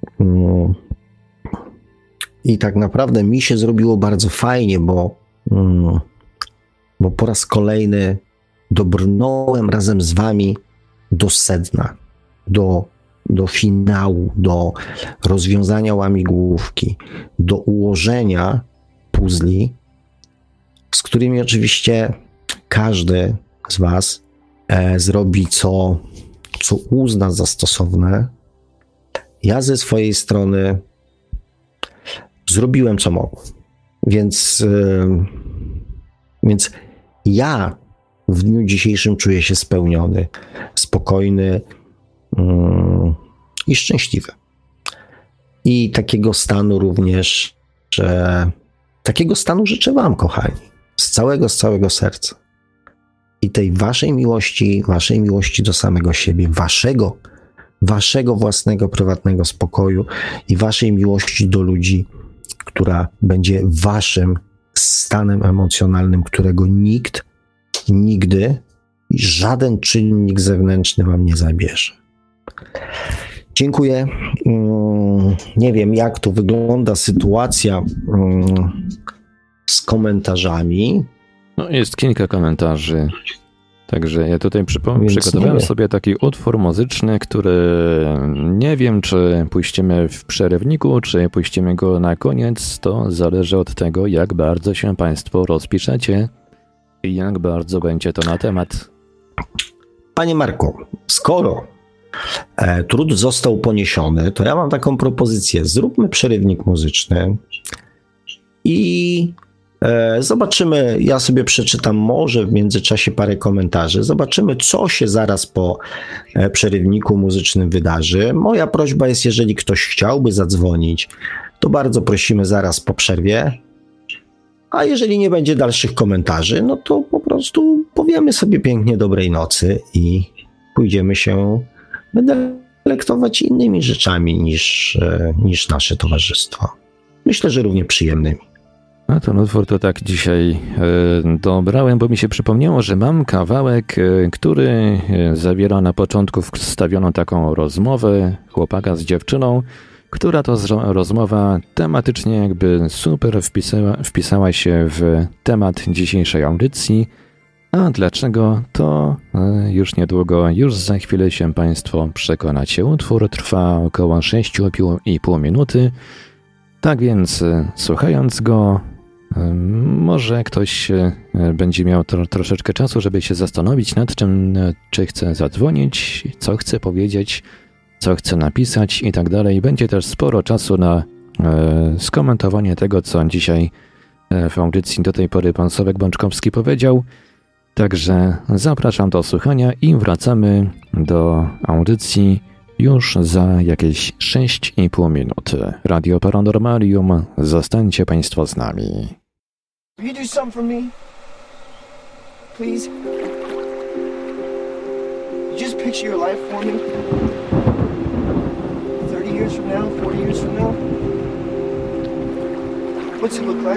I tak naprawdę mi się zrobiło bardzo fajnie, bo po raz kolejny dobrnąłem razem z wami do sedna, do finału, do rozwiązania łamigłówki, do ułożenia puzli, z którymi oczywiście każdy z was zrobi, co uzna za stosowne. Ja ze swojej strony zrobiłem, co mogłem. Więc ja w dniu dzisiejszym czuję się spełniony, spokojny i szczęśliwy. I takiego stanu również, takiego stanu życzę wam, kochani. z całego serca i tej waszej miłości do samego siebie, waszego własnego, prywatnego spokoju i waszej miłości do ludzi, która będzie waszym stanem emocjonalnym, którego nikt, nigdy i żaden czynnik zewnętrzny wam nie zabierze. Dziękuję. Nie wiem, jak tu wygląda sytuacja z komentarzami. No, jest kilka komentarzy. Także ja tutaj przygotowałem sobie taki utwór muzyczny, który nie wiem, czy puścimy w przerywniku, czy puścimy go na koniec. To zależy od tego, jak bardzo się Państwo rozpiszecie i jak bardzo będzie to na temat. Panie Marku, skoro trud został poniesiony, to ja mam taką propozycję. Zróbmy przerywnik muzyczny i zobaczymy, ja sobie przeczytam może w międzyczasie parę komentarzy, zobaczymy, co się zaraz po przerywniku muzycznym wydarzy. Moja prośba jest, jeżeli ktoś chciałby zadzwonić, to bardzo prosimy zaraz po przerwie, a jeżeli nie będzie dalszych komentarzy, no to po prostu powiemy sobie pięknie dobrej nocy i pójdziemy się delektować innymi rzeczami niż nasze towarzystwo. Myślę, że równie przyjemnymi. A ten utwór to tak dzisiaj dobrałem, bo mi się przypomniało, że mam kawałek, który zawiera na początku wstawioną taką rozmowę chłopaka z dziewczyną, która to rozmowa tematycznie jakby super wpisała się w temat dzisiejszej audycji. A dlaczego, to już niedługo, już za chwilę się Państwo przekonacie. Utwór trwa około 6,5 minuty. Tak więc słuchając go, może ktoś będzie miał troszeczkę czasu, żeby się zastanowić nad czym, czy chce zadzwonić, co chce powiedzieć, co chce napisać i tak dalej. Będzie też sporo czasu na skomentowanie tego, co dzisiaj w audycji do tej pory pan Sławek Bączkowski powiedział. Także zapraszam do słuchania i wracamy do audycji już za jakieś 6,5 minuty. Radio Paranormalium, zostańcie Państwo z nami. Will you do something for me? Please? You just picture your life for me? 30 years from now, 40 years from now? What's it look like?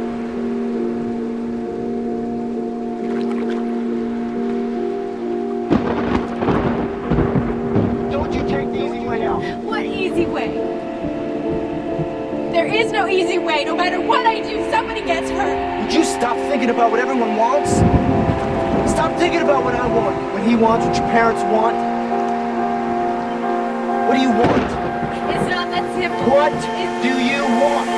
Don't you take the easy way out. What easy way? There is no easy way. No matter what I do, somebody gets hurt. Would you stop thinking about what everyone wants? Stop thinking about what I want, what he wants, what your parents want. What do you want? It's not that simple. What do you want?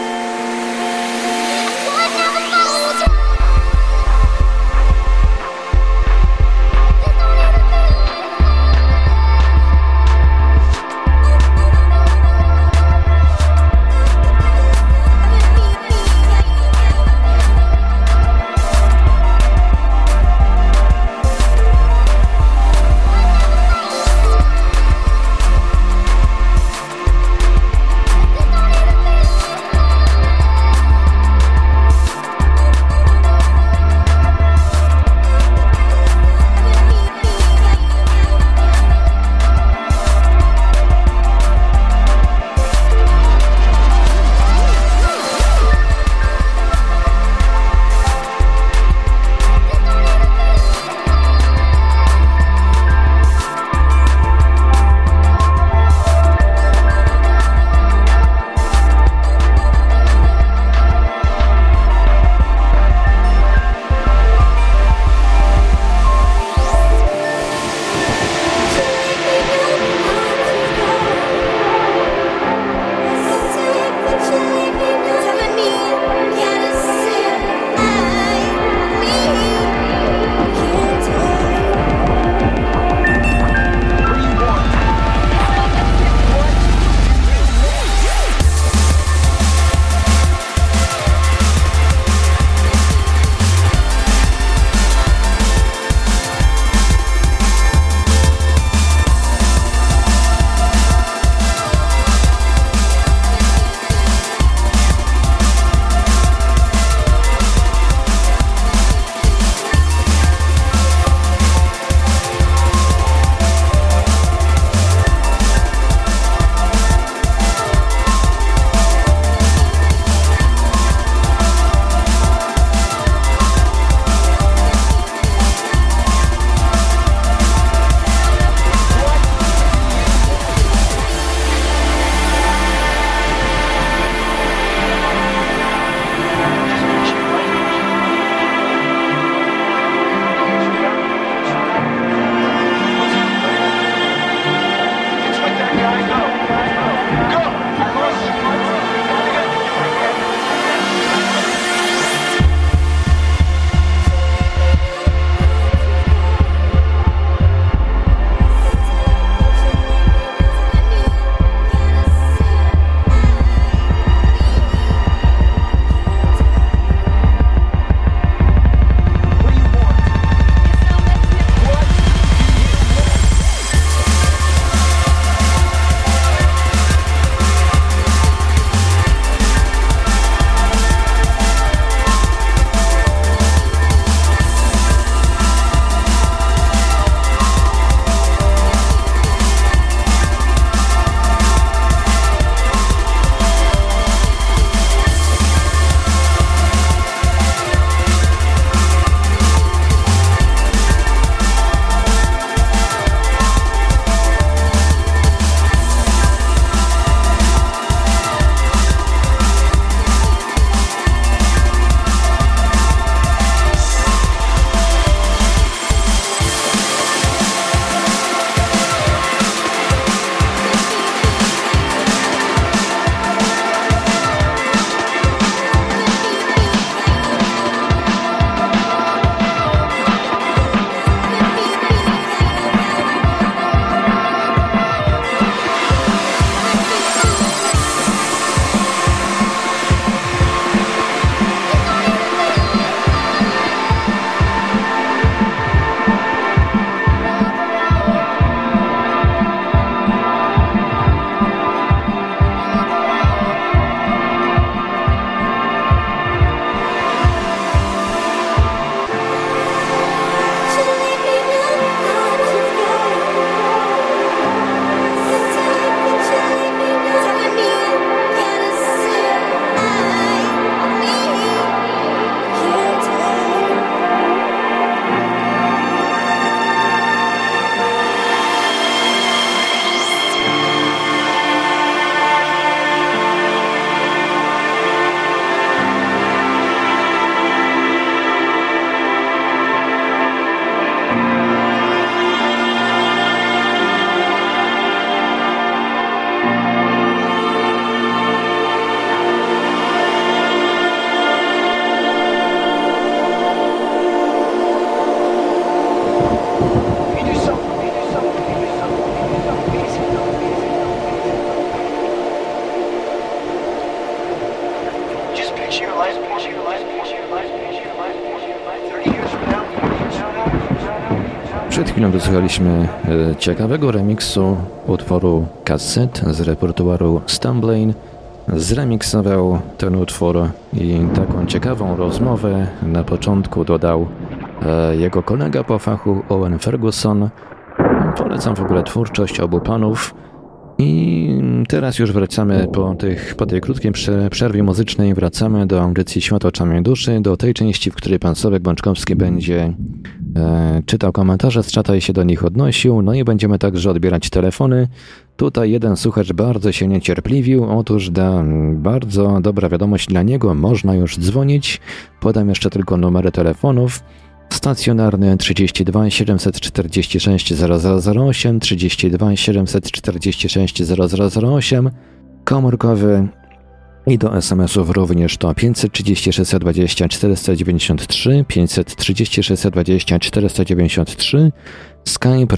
Przed chwilą wysłuchaliśmy ciekawego remiksu utworu Cassette z repertuaru Stumbling. Zremiksował ten utwór i taką ciekawą rozmowę na początku dodał jego kolega po fachu Owen Ferguson. Polecam w ogóle twórczość obu panów. I teraz już wracamy po tej krótkiej przerwie muzycznej, wracamy do audycji Świat oczami duszy, do tej części, w której pan Sławek Bączkowski będzie czytał komentarze z czata i się do nich odnosił, no i będziemy także odbierać telefony. Tutaj jeden słuchacz bardzo się niecierpliwił, otóż bardzo dobra wiadomość dla niego, można już dzwonić, podam jeszcze tylko numery telefonów. Stacjonarny 32 746 0008, 32 746 0008, komórkowy i do SMS-ów również to 536 20 493, 536 20 493, skype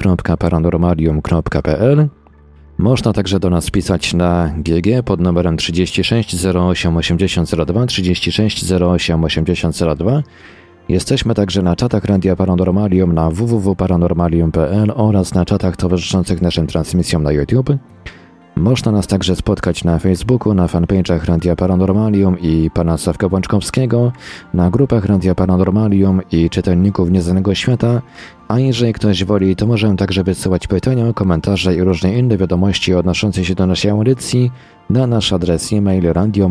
radio.paranormalium.pl. Można także do nas pisać na GG pod numerem 36 08 8002, 36 08 8002. Jesteśmy także na czatach Radia Paranormalium na www.paranormalium.pl oraz na czatach towarzyszących naszym transmisjom na YouTube. Można nas także spotkać na Facebooku, na fanpage'ach Radia Paranormalium i pana Sławka Bączkowskiego, na grupach Radia Paranormalium i czytelników Nieznanego Świata, a jeżeli ktoś woli, to możemy także wysyłać pytania, komentarze i różne inne wiadomości odnoszące się do naszej audycji na nasz adres e-mail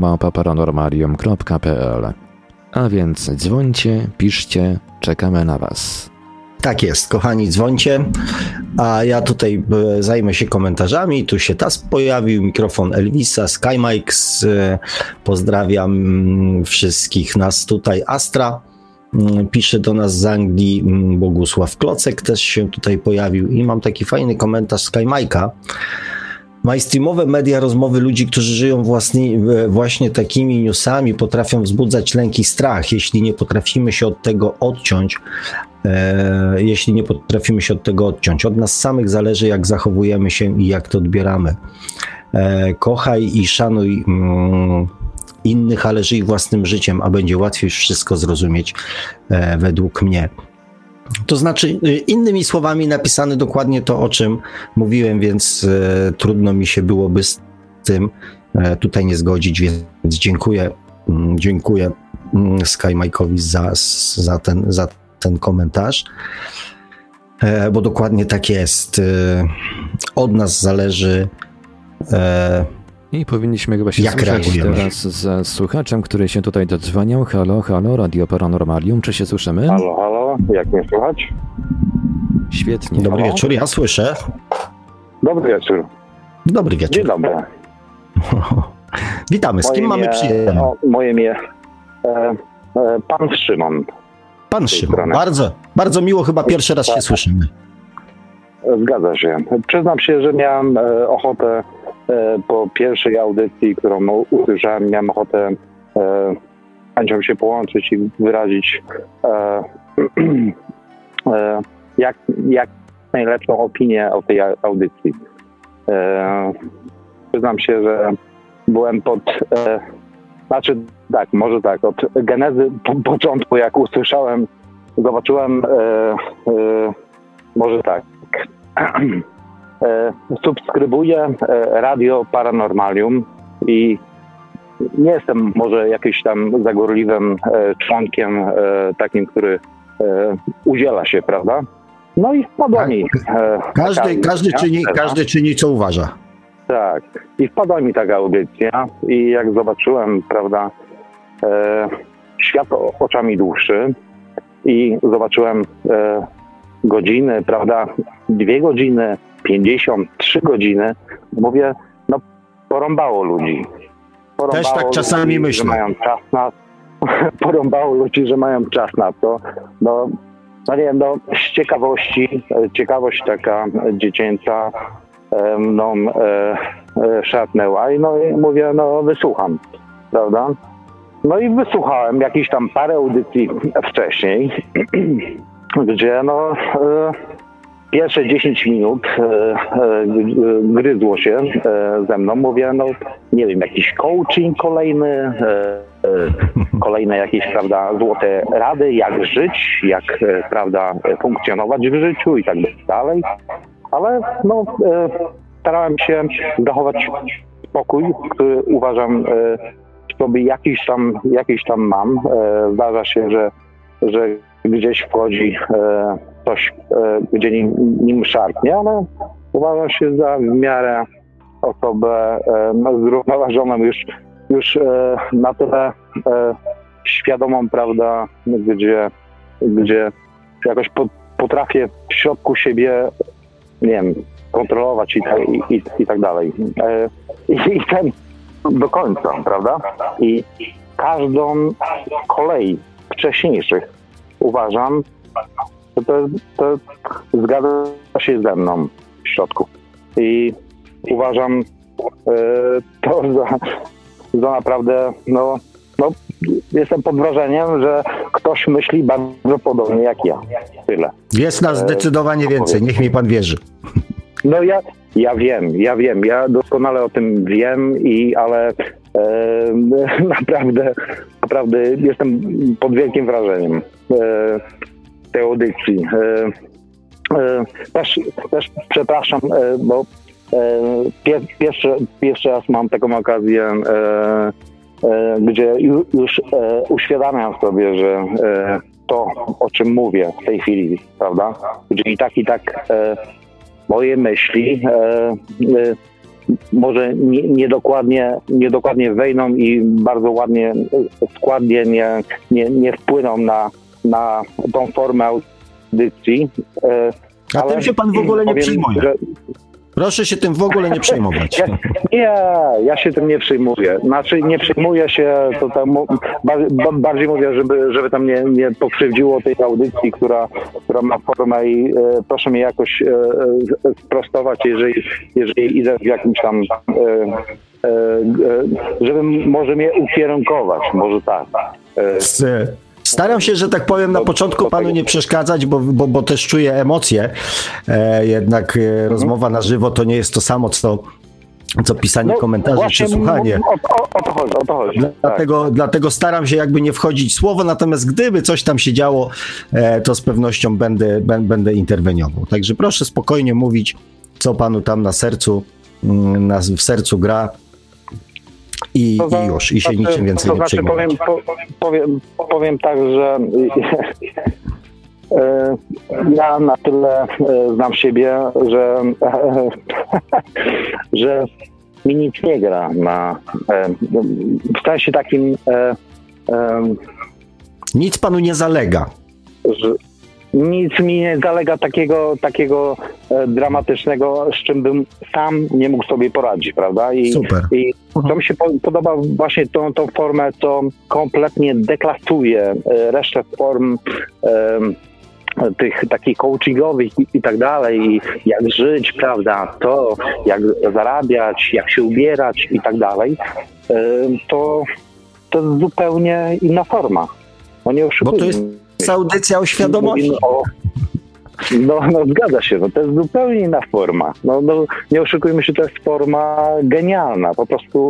radio@paranormalium.pl. A więc dzwońcie, piszcie, czekamy na was. Tak jest, kochani, dzwońcie, a ja tutaj zajmę się komentarzami. Tu się TAS pojawił, mikrofon Elvisa, SkyMikes, pozdrawiam wszystkich nas tutaj. Astra pisze do nas z Anglii, Bogusław Klocek też się tutaj pojawił i mam taki fajny komentarz SkyMike'a. Mainstreamowe media rozmowy ludzi, którzy żyją właśnie takimi newsami, potrafią wzbudzać lęk i strach. Jeśli nie potrafimy się od tego odciąć, od nas samych zależy, jak zachowujemy się i jak to odbieramy. Kochaj i szanuj innych, ale żyj własnym życiem, a będzie łatwiej wszystko zrozumieć według mnie. To znaczy, innymi słowami napisane dokładnie to, o czym mówiłem, więc trudno mi się byłoby z tym tutaj nie zgodzić, więc dziękuję SkyMike'owi za ten komentarz, bo dokładnie tak jest. Od nas zależy, i powinniśmy chyba się słyszeć teraz z słuchaczem, który się tutaj dodzwaniał. Halo, Radio Paranormalium, czy się słyszymy? Halo, jak mnie słychać? Świetnie. Dobry wieczór, ja słyszę. Dobry wieczór. Dobry wieczór. Dzień dobry. Witamy, z kim mamy przyjemność? Moje imię pan Szymon. Pan Szymon, bardzo miło, chyba pierwszy raz się słyszymy. Zgadza się. Przyznam się, że miałem ochotę po pierwszej audycji, którą usłyszałem, miałem ochotę chęcią się połączyć i wyrazić jak najlepszą opinię o tej audycji. Przyznam się, że byłem od genezy początku, jak usłyszałem, zobaczyłem, subskrybuję Radio Paranormalium i nie jestem może jakimś tam zagorliwym członkiem takim, który udziela się, prawda? No i wpadła mi... Każdy czyni, co uważa. Tak. I wpadła mi taka audycja i jak zobaczyłem, prawda, świat oczami duszy i zobaczyłem godziny, prawda, 2 godziny, 53 godziny, mówię, no porąbało ludzi. Też tak czasami myślę. Mają czas na... Porąbało ludzi, że mają czas na to. No nie wiem, z ciekawości, ciekawość taka dziecięca szarpnęła i mówię, wysłucham, prawda? No i wysłuchałem jakieś tam parę audycji wcześniej, gdzie pierwsze 10 minut gryzło się ze mną. Mówię, no nie wiem, jakiś coaching kolejny, kolejne jakieś, prawda, złote rady, jak żyć, jak, prawda, funkcjonować w życiu i tak dalej. Ale no, starałem się zachować spokój, który uważam sobie jakiś tam mam. Zdarza się, że gdzieś wchodzi coś, gdzie nim szarpnie, ale uważam się za w miarę osobę zrównoważoną, już na tyle świadomą, prawda, gdzie jakoś potrafię w środku siebie, nie wiem, kontrolować i tak dalej. I ten do końca, prawda? I każdą kolej wcześniejszych uważam, że to zgadza się ze mną w środku. I uważam to za naprawdę, no jestem pod wrażeniem, że ktoś myśli bardzo podobnie jak ja. Tyle. Jest nas zdecydowanie więcej, niech mi pan wierzy. No ja wiem, ja doskonale o tym wiem, ale naprawdę jestem pod wielkim wrażeniem tej audycji. Też przepraszam, bo pierwszy raz mam taką okazję, gdzie już uświadamiam sobie, że to, o czym mówię w tej chwili, prawda, gdzie i tak moje myśli może niedokładnie wejdą i bardzo ładnie, składnie nie wpłyną na tą formę audycji. A tym się pan w ogóle nie przejmuje. Proszę się tym w ogóle nie przejmować. Ja się tym nie przejmuję. Znaczy nie przejmuję się, to tam bardziej mówię, żeby tam nie pokrzywdziło tej audycji, która ma formę i proszę mnie jakoś sprostować, jeżeli idę w jakimś tam, żeby może mnie ukierunkować, może tak. Staram się, że tak powiem, na początku panu nie przeszkadzać, bo też czuję emocje. Jednak rozmowa na żywo to nie jest to samo, co pisanie komentarzy czy słuchanie. O to chodzi. Dlatego staram się jakby nie wchodzić w słowo, natomiast gdyby coś tam się działo, to z pewnością będę interweniował. Także proszę spokojnie mówić, co panu tam w sercu gra. I już, i się niczym więcej nie przejmować. Powiem tak, że ja na tyle znam siebie, że mi nic nie gra w sensie takim... Nic panu nie zalega. Nic mi nie zalega takiego dramatycznego, z czym bym sam nie mógł sobie poradzić, prawda? Super. I to mi się podoba właśnie tą formę, co kompletnie deklasuje resztę form tych takich coachingowych i tak dalej, i jak żyć, prawda, to jak zarabiać, jak się ubierać i tak dalej, to jest zupełnie inna forma. No nie oszukujmy. Bo to jest audycja o świadomości. No zgadza się, to jest zupełnie inna forma. No nie oszukujmy się, to jest forma genialna. Po prostu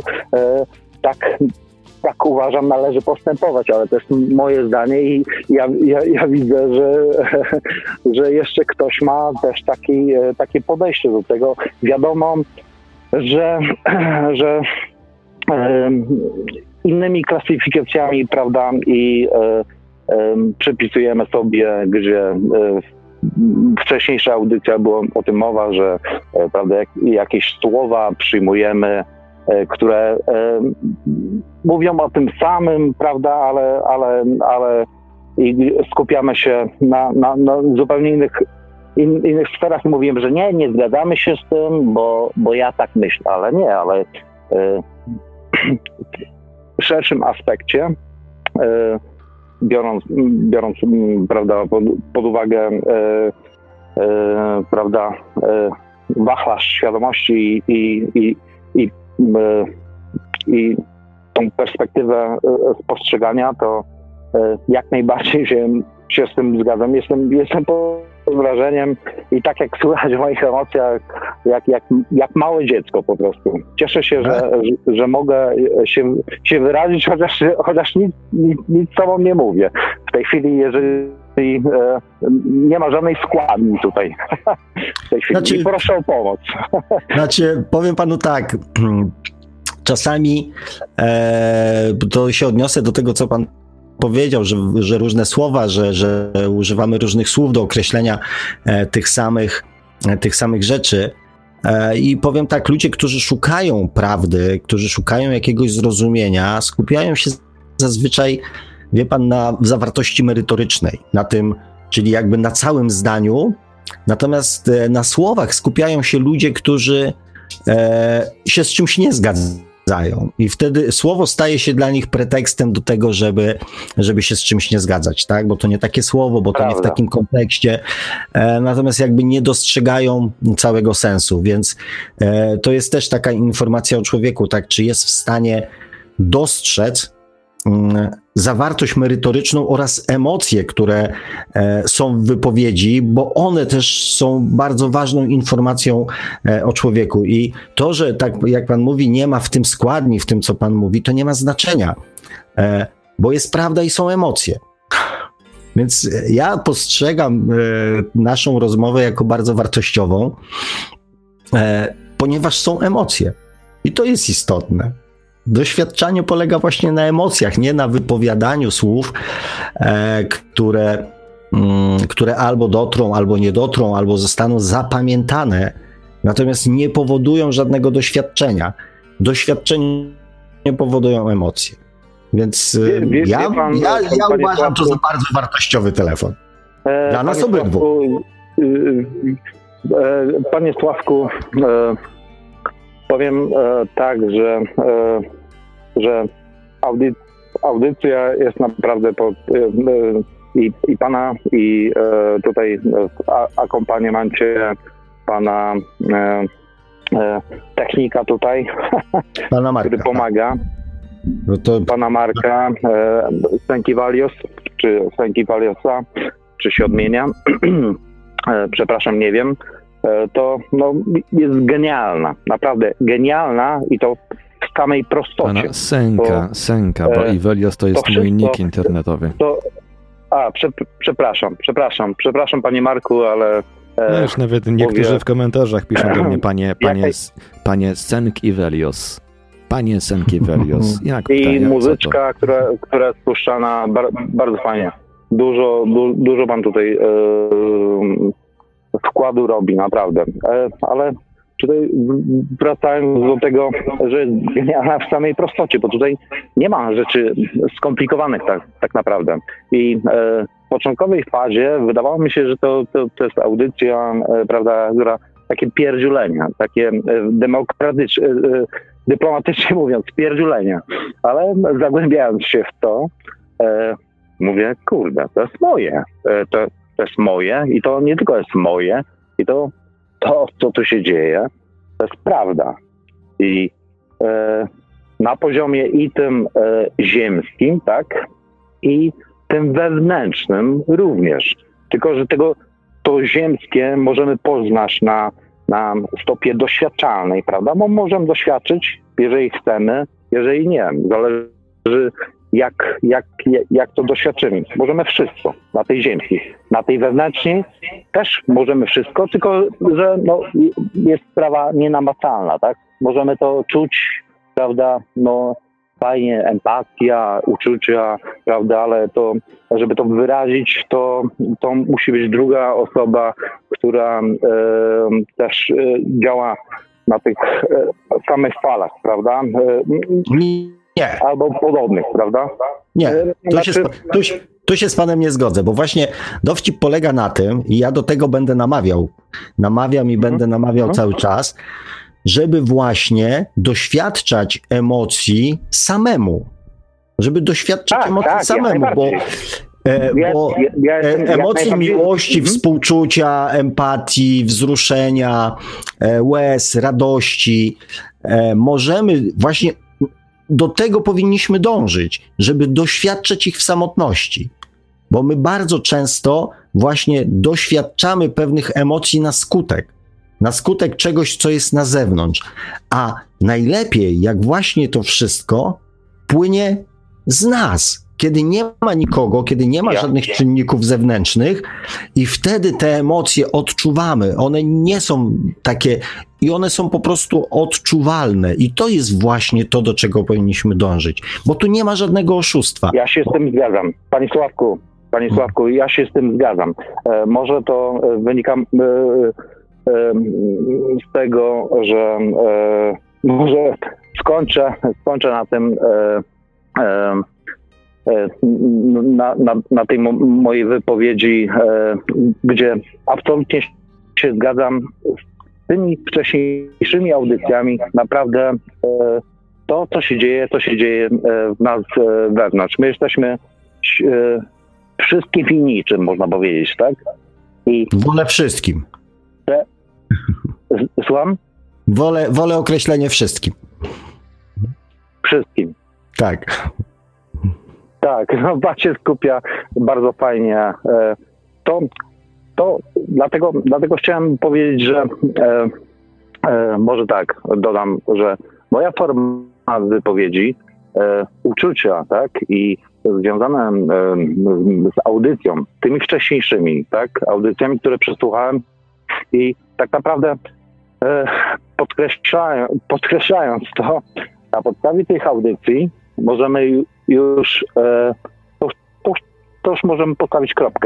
tak uważam, należy postępować, ale to jest moje zdanie i ja widzę, że jeszcze ktoś ma też takie podejście do tego. Wiadomo, że innymi klasyfikacjami, prawda, i przypisujemy sobie, gdzie wcześniejsza audycja była o tym mowa, że prawda, jakieś słowa przyjmujemy, które mówią o tym samym, prawda, ale i skupiamy się na zupełnie innych sferach. Mówimy, że nie zgadzamy się z tym, bo ja tak myślę, ale nie, ale w szerszym aspekcie, biorąc prawda, pod uwagę prawda, wachlarz świadomości i tą perspektywę postrzegania, to jak najbardziej się z tym zgadzam. Jestem po wrażeniem i tak jak słychać w moich emocjach, jak małe dziecko po prostu. Cieszę się, że mogę się wyrazić, chociaż nic sobą nie mówię. W tej chwili, jeżeli nie ma żadnej składni tutaj w tej chwili. Proszę o pomoc. Znaczy, powiem panu tak, czasami to się odniosę do tego, co pan powiedział, że różne słowa, że używamy różnych słów do określenia tych samych rzeczy. I powiem tak, ludzie, którzy szukają prawdy, którzy szukają jakiegoś zrozumienia, skupiają się zazwyczaj, wie pan, na zawartości merytorycznej, na tym, czyli jakby na całym zdaniu. Natomiast na słowach skupiają się ludzie, którzy się z czymś nie zgadzają. I wtedy słowo staje się dla nich pretekstem do tego, żeby się z czymś nie zgadzać, tak? Bo to nie takie słowo, bo to nie w takim kontekście. Natomiast jakby nie dostrzegają całego sensu, więc to jest też taka informacja o człowieku, tak? Czy jest w stanie dostrzec zawartość merytoryczną oraz emocje, które są w wypowiedzi, bo one też są bardzo ważną informacją o człowieku. I to, że tak jak pan mówi, nie ma w tym składni, w tym co pan mówi, to nie ma znaczenia, bo jest prawda i są emocje. Więc ja postrzegam naszą rozmowę jako bardzo wartościową, ponieważ są emocje. I to jest istotne. Doświadczanie polega właśnie na emocjach, nie na wypowiadaniu słów, które albo dotrą, albo nie dotrą, albo zostaną zapamiętane, natomiast nie powodują żadnego doświadczenia. Doświadczenie powodują emocje. Więc ja uważam to za bardzo wartościowy telefon. Dla nas obydwu. Panie Sławku, powiem tak, że audycja jest naprawdę i pana, i tutaj w akompaniamencie pana technika tutaj, pana Marka, który pomaga. No to... Pana Marka Sękiwalios, czy Sękiwaliosa, czy się odmienia. Przepraszam, nie wiem. To jest genialna, naprawdę genialna i to w samej prostocie. Pana Sęka, bo Iwelios to jest mój nick internetowy. Przepraszam Panie Marku, ale... Już nawet niektórzy w komentarzach piszą do mnie, panie Sęk Iwelios. Panie Sęk Iwelios. I muzyczka, która jest puszczana, bardzo fajnie. Dużo pan tutaj wkładu robi, naprawdę. Ale tutaj wracając do tego, że jest genialna w samej prostocie, bo tutaj nie ma rzeczy skomplikowanych tak naprawdę. I w początkowej fazie wydawało mi się, że to jest audycja, prawda, która takie pierdziulenia, takie dyplomatycznie mówiąc, pierdziulenia. Ale zagłębiając się w to, mówię, kurde, to jest moje. To jest moje i to nie tylko jest moje, i to co tu się dzieje, to jest prawda. I na poziomie i tym ziemskim, tak, i tym wewnętrznym również. Tylko, że to ziemskie możemy poznać na stopie doświadczalnej, prawda? Bo możemy doświadczyć, jeżeli chcemy, jeżeli nie. Zależy jak to doświadczymy. Możemy wszystko na tej ziemskiej. Na tej wewnętrznej też możemy wszystko, tylko że jest sprawa nienamacalna, tak? Możemy to czuć, prawda, fajnie, empatia, uczucia, prawda, ale to, żeby to wyrazić, to musi być druga osoba, która też działa na tych samych falach, prawda? Nie. Albo podobnych, prawda? Nie, tu się z panem nie zgodzę, bo właśnie dowcip polega na tym, i ja do tego będę namawiam i będę namawiał cały czas, żeby właśnie doświadczać emocji samemu. Żeby doświadczać emocji samemu, bo emocje miłości, współczucia, empatii, wzruszenia, łez, radości, możemy właśnie do tego powinniśmy dążyć, żeby doświadczać ich w samotności. bo my bardzo często właśnie doświadczamy pewnych emocji na skutek czegoś, co jest na zewnątrz. A najlepiej, jak właśnie to wszystko płynie z nas, kiedy nie ma nikogo, kiedy nie ma żadnych czynników zewnętrznych i wtedy te emocje odczuwamy. One nie są takie i one są po prostu odczuwalne i to jest właśnie to, do czego powinniśmy dążyć, bo tu nie ma żadnego oszustwa. Ja się z tym zgadzam. Panie Sławku, ja się z tym zgadzam. Może to wynika z tego, że może skończę na tym na tej mojej wypowiedzi, gdzie absolutnie się zgadzam z tymi wcześniejszymi audycjami. Naprawdę to, co się dzieje w nas wewnątrz. My jesteśmy wszystkim i niczym, można powiedzieć, tak? I wolę wszystkim. Słucham? Wolę określenie wszystkim. Wszystkim. Tak. Tak, no Bat się skupia bardzo fajnie. To dlatego chciałem powiedzieć, że może tak, dodam, że moja forma wypowiedzi, uczucia, tak, i związane z audycją, tymi wcześniejszymi, tak, audycjami, które przesłuchałem i tak naprawdę podkreślając to, na podstawie tych audycji możemy już możemy postawić kropkę.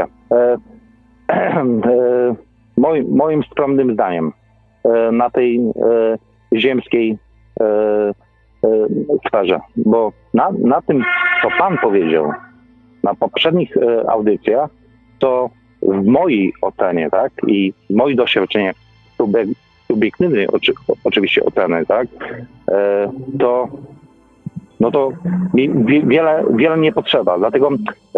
Moim skromnym zdaniem na tej ziemskiej sferze, bo na tym, co pan powiedział na poprzednich audycjach, to w mojej ocenie, tak, i w moich doświadczeniach subiektywnej oczywiście oceny, tak, to mi wiele nie potrzeba. Dlatego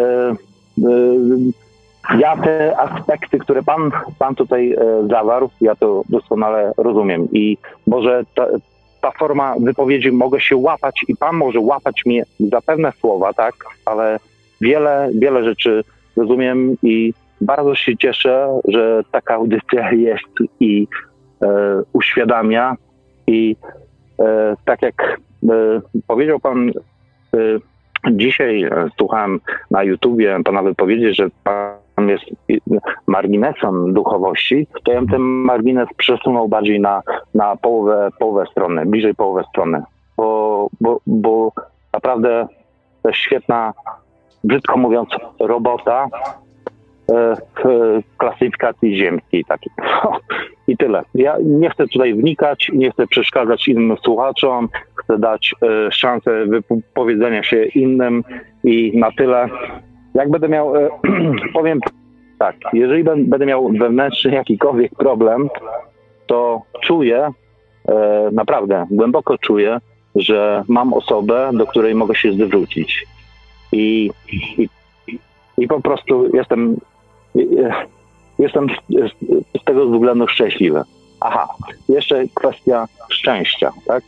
ja te aspekty, które pan tutaj zawarł, ja to doskonale rozumiem i może ta forma wypowiedzi mogę się łapać i pan może łapać mnie za pewne słowa, tak, ale wiele rzeczy rozumiem i bardzo się cieszę, że taka audycja jest i uświadamia i tak jak powiedział pan, dzisiaj słuchałem na YouTubie pana wypowiedzi, że pan jest marginesem duchowości, to ja bym ten margines przesunął bardziej na połowę strony, bliżej połowę strony, bo naprawdę to jest świetna, brzydko mówiąc, robota w klasyfikacji ziemskiej takiej. I tyle. Ja nie chcę tutaj wnikać, nie chcę przeszkadzać innym słuchaczom, chcę dać szansę wypowiedzenia się innym i na tyle. Jak będę miał, powiem tak, jeżeli będę miał wewnętrzny jakikolwiek problem, to czuję, naprawdę głęboko czuję, że mam osobę, do której mogę się zwrócić. I po prostu jestem z tego względu szczęśliwy. Aha, jeszcze kwestia szczęścia, tak?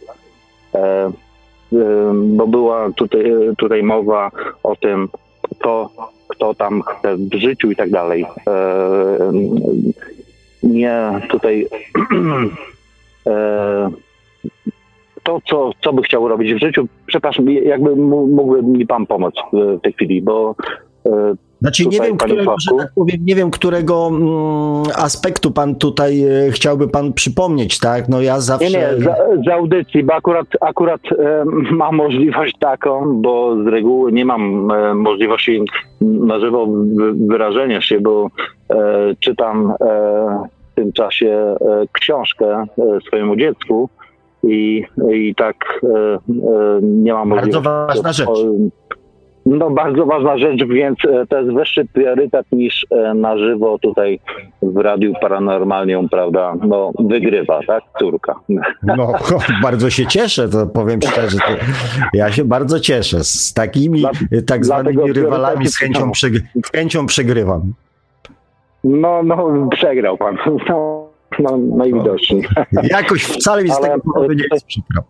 Bo była tutaj mowa o tym, kto tam chce w życiu i tak dalej. Nie tutaj to, co by chciał robić w życiu. Przepraszam, jakby mógłby mi pan pomóc w tej chwili, bo znaczy nie wiem, którego, że tak powiem, nie wiem, którego aspektu pan tutaj chciałby pan przypomnieć, tak? No ja zawsze... Nie, z audycji, bo akurat mam możliwość taką, bo z reguły nie mam możliwości na żywo wyrażenia się, bo czytam w tym czasie książkę swojemu dziecku i tak nie mam możliwości... Bardzo ważna rzecz. No bardzo ważna rzecz, więc to jest wyższy priorytet niż na żywo tutaj w Radiu Paranormalium, prawda, no wygrywa, tak, córka. No bardzo się cieszę, to powiem szczerze, ja się bardzo cieszę, z takimi tak zwanymi rywalami z chęcią przegrywam. No przegrał pan, no najwidoczniej. Jakoś wcale mi z tego powodu nie jest przykro.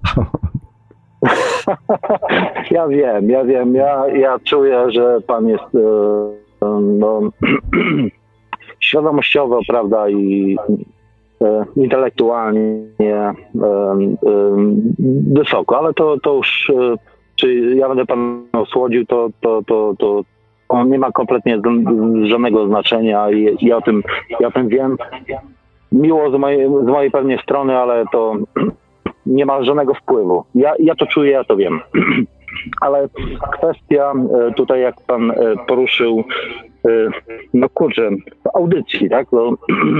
Ja wiem. Ja czuję, że pan jest no, świadomościowo, prawda, i intelektualnie wysoko, ale to już, czy ja będę pana słodził, to nie ma kompletnie żadnego znaczenia i ja o tym wiem. Miło z mojej pewnie strony, ale to nie ma żadnego wpływu. Ja to czuję, ja to wiem. Ale kwestia tutaj, jak pan poruszył, no kurczę, audycji, tak? No,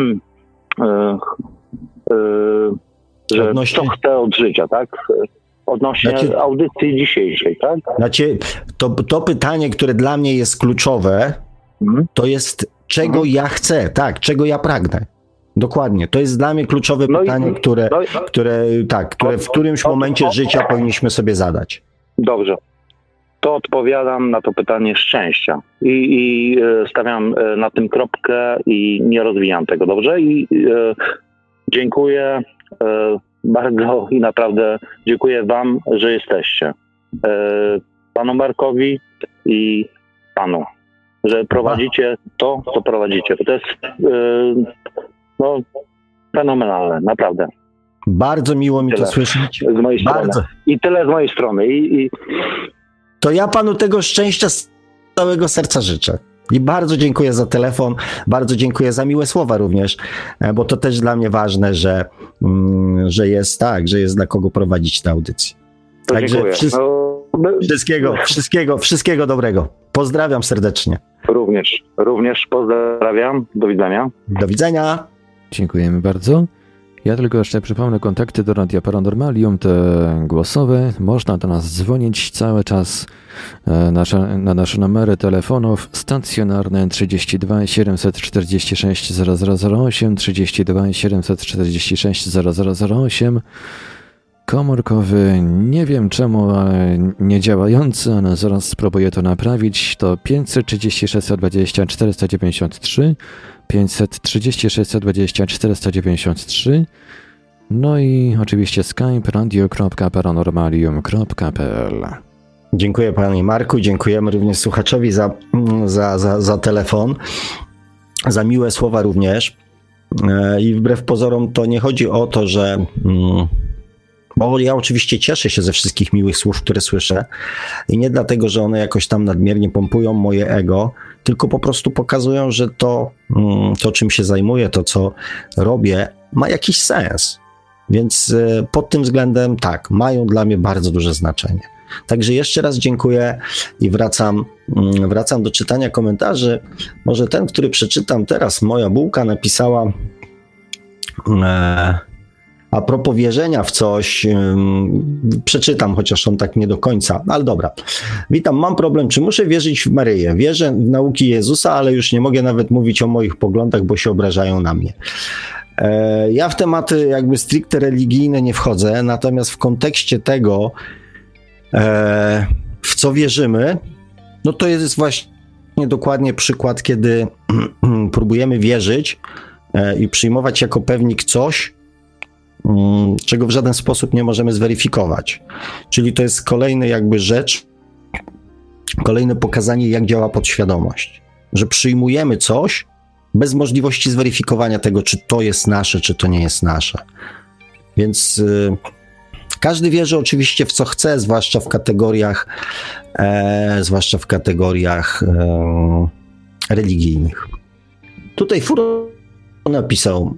że Odnośnie... co chce od życia, tak? Odnośnie audycji dzisiejszej, tak? Znaczy, to pytanie, które dla mnie jest kluczowe, to jest czego ja chcę, tak, czego ja pragnę. Dokładnie. To jest dla mnie kluczowe pytanie, które w którymś momencie życia powinniśmy sobie zadać. Dobrze. To odpowiadam na to pytanie szczęścia. I stawiam na tym kropkę i nie rozwijam tego, dobrze? I dziękuję bardzo i naprawdę dziękuję wam, że jesteście. Panu Markowi i panu, że prowadzicie to, co prowadzicie. Bo to jest no, fenomenalne, naprawdę. Bardzo miło mi to słyszeć. Z mojej strony. I tyle z mojej strony. To ja panu tego szczęścia z całego serca życzę. I bardzo dziękuję za telefon, bardzo dziękuję za miłe słowa również, bo to też dla mnie ważne, że jest tak, że jest dla kogo prowadzić tę audycję. Także wszystkiego dobrego. Pozdrawiam serdecznie. Również pozdrawiam. Do widzenia. Do widzenia. Dziękujemy bardzo. Ja tylko jeszcze przypomnę kontakty do Radia Paranormalium, te głosowe. Można do nas dzwonić cały czas na nasze numery telefonów stacjonarne 32 746 0008, 32 746 0008. Komórkowy, nie wiem czemu nie działający, ale zaraz spróbuję to naprawić. To 530 620 493, 530 620 493, no i oczywiście Skype radio.paranormalium.pl. Dziękuję panie Marku, dziękujemy również słuchaczowi za telefon, za miłe słowa również. I wbrew pozorom to nie chodzi o to, że... Bo ja oczywiście cieszę się ze wszystkich miłych słów, które słyszę i nie dlatego, że one jakoś tam nadmiernie pompują moje ego, tylko po prostu pokazują, że to czym się zajmuję, to co robię, ma jakiś sens. Więc pod tym względem tak, mają dla mnie bardzo duże znaczenie. Także jeszcze raz dziękuję i wracam do czytania komentarzy. Może ten, który przeczytam teraz, moja bułka napisała... A propos wierzenia w coś, przeczytam, chociaż on tak nie do końca, ale dobra. Witam, mam problem, czy muszę wierzyć w Maryję? Wierzę w nauki Jezusa, ale już nie mogę nawet mówić o moich poglądach, bo się obrażają na mnie. Ja w tematy jakby stricte religijne nie wchodzę, natomiast w kontekście tego, w co wierzymy, no to jest właśnie dokładnie przykład, kiedy próbujemy wierzyć i przyjmować jako pewnik coś, czego w żaden sposób nie możemy zweryfikować. Czyli to jest kolejny jakby rzecz, kolejne pokazanie, jak działa podświadomość. Że przyjmujemy coś bez możliwości zweryfikowania tego, czy to jest nasze, czy to nie jest nasze. Więc każdy wierzy oczywiście w co chce, zwłaszcza w kategoriach religijnych. Tutaj Furo napisał,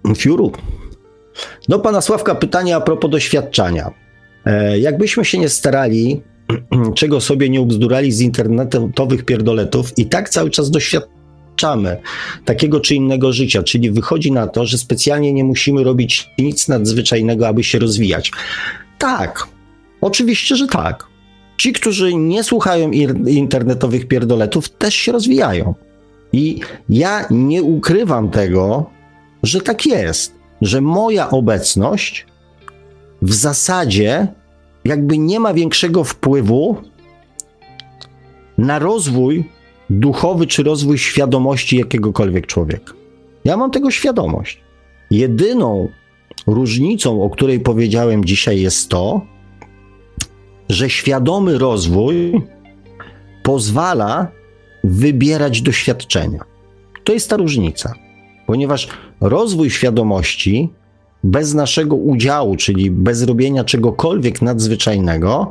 do pana Sławka pytanie a propos doświadczania. Jakbyśmy się nie starali, czego sobie nie ubzdurali z internetowych pierdoletów, i tak cały czas doświadczamy takiego czy innego życia, czyli wychodzi na to, że specjalnie nie musimy robić nic nadzwyczajnego, aby się rozwijać. Tak, oczywiście, że tak. Ci, którzy nie słuchają internetowych pierdoletów, też się rozwijają. I ja nie ukrywam tego, że tak jest. Że moja obecność w zasadzie jakby nie ma większego wpływu na rozwój duchowy czy rozwój świadomości jakiegokolwiek człowieka. Ja mam tego świadomość. Jedyną różnicą, o której powiedziałem dzisiaj, jest to, że świadomy rozwój pozwala wybierać doświadczenia. To jest ta różnica, ponieważ rozwój świadomości bez naszego udziału, czyli bez robienia czegokolwiek nadzwyczajnego,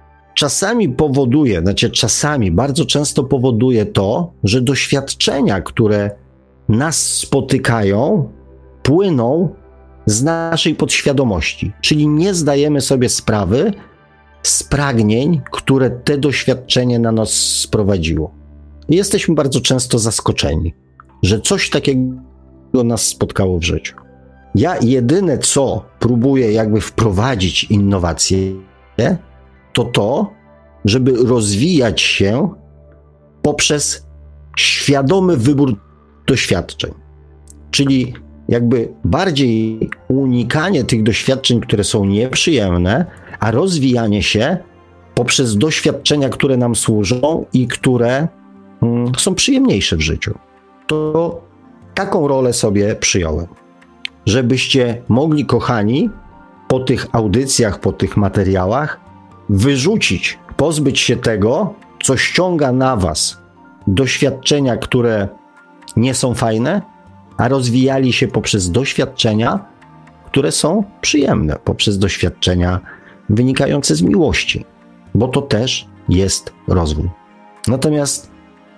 bardzo często powoduje to, że doświadczenia, które nas spotykają, płyną z naszej podświadomości, czyli nie zdajemy sobie sprawy z pragnień, które te doświadczenie na nas sprowadziło. I jesteśmy bardzo często zaskoczeni, że coś takiego nas spotkało w życiu. Ja jedyne, co próbuję jakby wprowadzić innowacje, to, żeby rozwijać się poprzez świadomy wybór doświadczeń. Czyli jakby bardziej unikanie tych doświadczeń, które są nieprzyjemne, a rozwijanie się poprzez doświadczenia, które nam służą i które są przyjemniejsze w życiu. To taką rolę sobie przyjąłem. Żebyście mogli, kochani, po tych audycjach, po tych materiałach wyrzucić, pozbyć się tego, co ściąga na was doświadczenia, które nie są fajne, a rozwijali się poprzez doświadczenia, które są przyjemne, poprzez doświadczenia wynikające z miłości, bo to też jest rozwój. Natomiast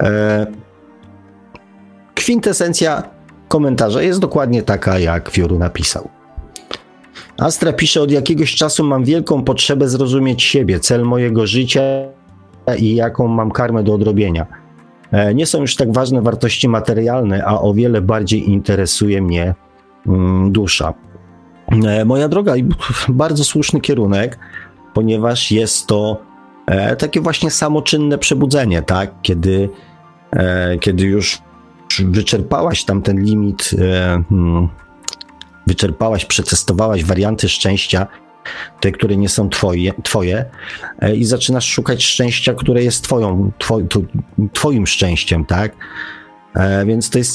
kwintesencja komentarza jest dokładnie taka, jak Fioru napisał. Astra pisze: od jakiegoś czasu mam wielką potrzebę zrozumieć siebie, cel mojego życia i jaką mam karmę do odrobienia. Nie są już tak ważne wartości materialne, a o wiele bardziej interesuje mnie dusza. Moja droga, bardzo słuszny kierunek, ponieważ jest to takie właśnie samoczynne przebudzenie, tak? Kiedy już wyczerpałaś tam ten limit, przetestowałaś warianty szczęścia, te, które nie są twoje i zaczynasz szukać szczęścia, które jest twoim szczęściem, tak? Więc to jest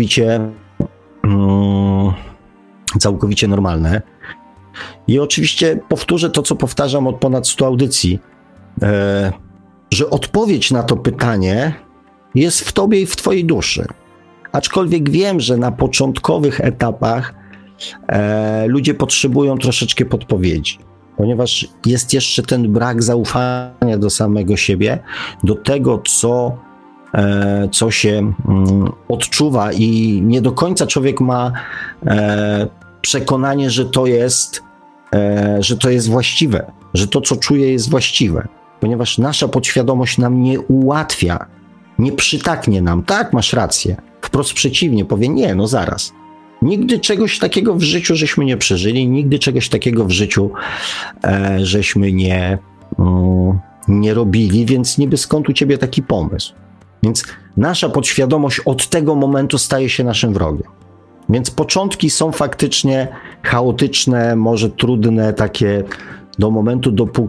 całkowicie normalne. I oczywiście powtórzę to, co powtarzam od ponad 100 audycji, że odpowiedź na to pytanie jest w tobie i w twojej duszy. Aczkolwiek wiem, że na początkowych etapach ludzie potrzebują troszeczkę podpowiedzi, ponieważ jest jeszcze ten brak zaufania do samego siebie, do tego, co się odczuwa i nie do końca człowiek ma przekonanie, że to jest właściwe, że to, co czuje, jest właściwe, ponieważ nasza podświadomość nam nie ułatwia, nie przytaknie nam, tak, masz rację, wprost przeciwnie, powie nie, no zaraz. Nigdy czegoś takiego w życiu żeśmy nie przeżyli, nigdy czegoś takiego w życiu żeśmy nie robili, więc niby skąd u ciebie taki pomysł. Więc nasza podświadomość od tego momentu staje się naszym wrogiem. Więc początki są faktycznie chaotyczne, może trudne, takie do momentu,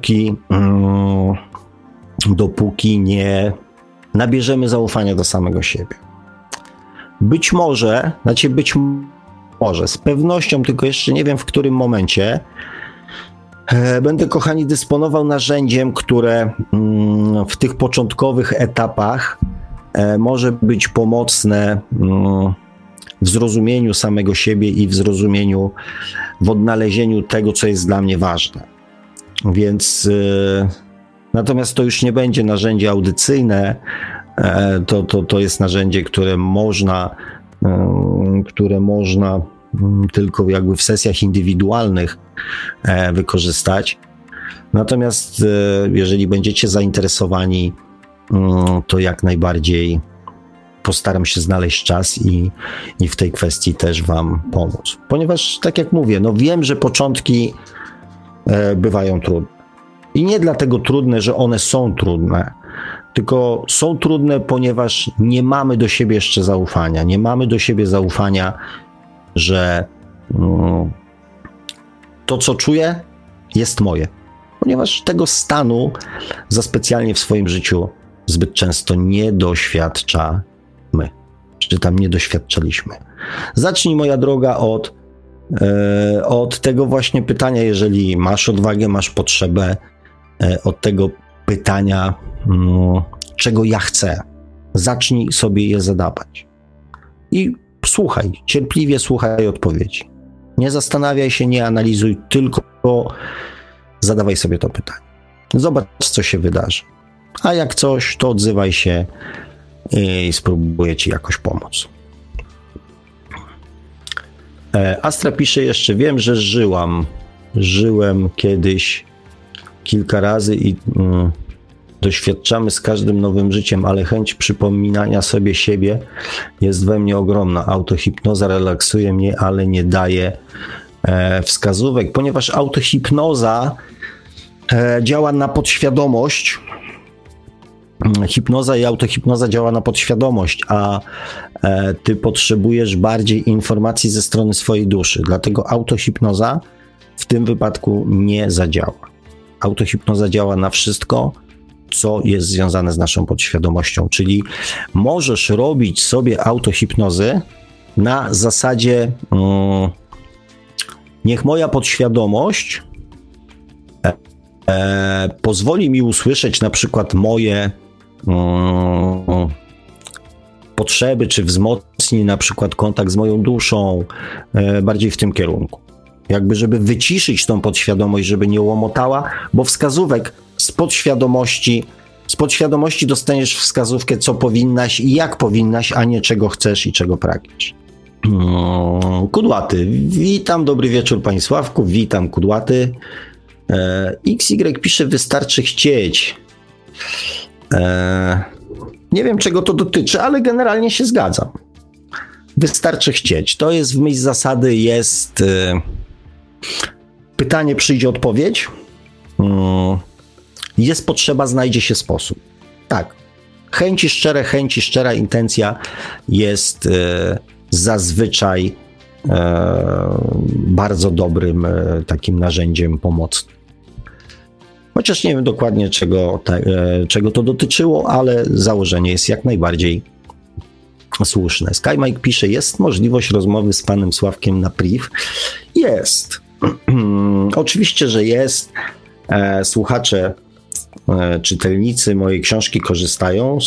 dopóki nie nabierzemy zaufania do samego siebie. Być może, z pewnością, tylko jeszcze nie wiem w którym momencie, będę, kochani, dysponował narzędziem, które w tych początkowych etapach może być pomocne w zrozumieniu samego siebie i w odnalezieniu tego, co jest dla mnie ważne. Więc natomiast to już nie będzie narzędzie audycyjne, to jest narzędzie, które można tylko jakby w sesjach indywidualnych wykorzystać. Natomiast jeżeli będziecie zainteresowani, to jak najbardziej postaram się znaleźć czas i w tej kwestii też wam pomóc. Ponieważ, tak jak mówię, no wiem, że początki bywają trudne. I nie dlatego trudne, że one są trudne, tylko są trudne, ponieważ nie mamy do siebie jeszcze zaufania. Nie mamy do siebie zaufania, że to, co czuję, jest moje. Ponieważ tego stanu za specjalnie w swoim życiu zbyt często nie doświadczamy. Czy tam nie doświadczaliśmy. Zacznij, moja droga, od tego właśnie pytania, jeżeli masz odwagę, masz potrzebę, od tego pytania, czego ja chcę. zacznij sobie je zadawać. I słuchaj, cierpliwie słuchaj odpowiedzi. Nie zastanawiaj się, nie analizuj, tylko zadawaj sobie to pytanie. Zobacz, co się wydarzy. A jak coś, to odzywaj się i spróbuję ci jakoś pomóc. Astra pisze jeszcze, wiem, że żyłem kiedyś kilka razy i doświadczamy z każdym nowym życiem, ale chęć przypominania sobie siebie jest we mnie ogromna. Autohipnoza relaksuje mnie, ale nie daje wskazówek, ponieważ autohipnoza działa na podświadomość. Hipnoza i autohipnoza działa na podświadomość, a ty potrzebujesz bardziej informacji ze strony swojej duszy. Dlatego autohipnoza w tym wypadku nie zadziała. Autohipnoza działa na wszystko, co jest związane z naszą podświadomością, czyli możesz robić sobie autohipnozy na zasadzie niech moja podświadomość pozwoli mi usłyszeć na przykład moje potrzeby, czy wzmocni na przykład kontakt z moją duszą, bardziej w tym kierunku. Jakby, żeby wyciszyć tą podświadomość, żeby nie łomotała, bo wskazówek z podświadomości dostaniesz wskazówkę, co powinnaś i jak powinnaś, a nie czego chcesz i czego pragniesz. Kudłaty. Witam, dobry wieczór Panie Sławku, witam Kudłaty. XY pisze, wystarczy chcieć. Nie wiem, czego to dotyczy, ale generalnie się zgadzam. Wystarczy chcieć. To jest w myśl zasady, jest pytanie, przyjdzie odpowiedź. Jest potrzeba, znajdzie się sposób. Tak. Chęci szczera intencja jest zazwyczaj bardzo dobrym takim narzędziem pomocnym. Chociaż nie wiem dokładnie, czego to dotyczyło, ale założenie jest jak najbardziej słuszne. SkyMike pisze, jest możliwość rozmowy z panem Sławkiem na priv? Jest. Oczywiście, że jest. Słuchacze, czytelnicy mojej książki korzystają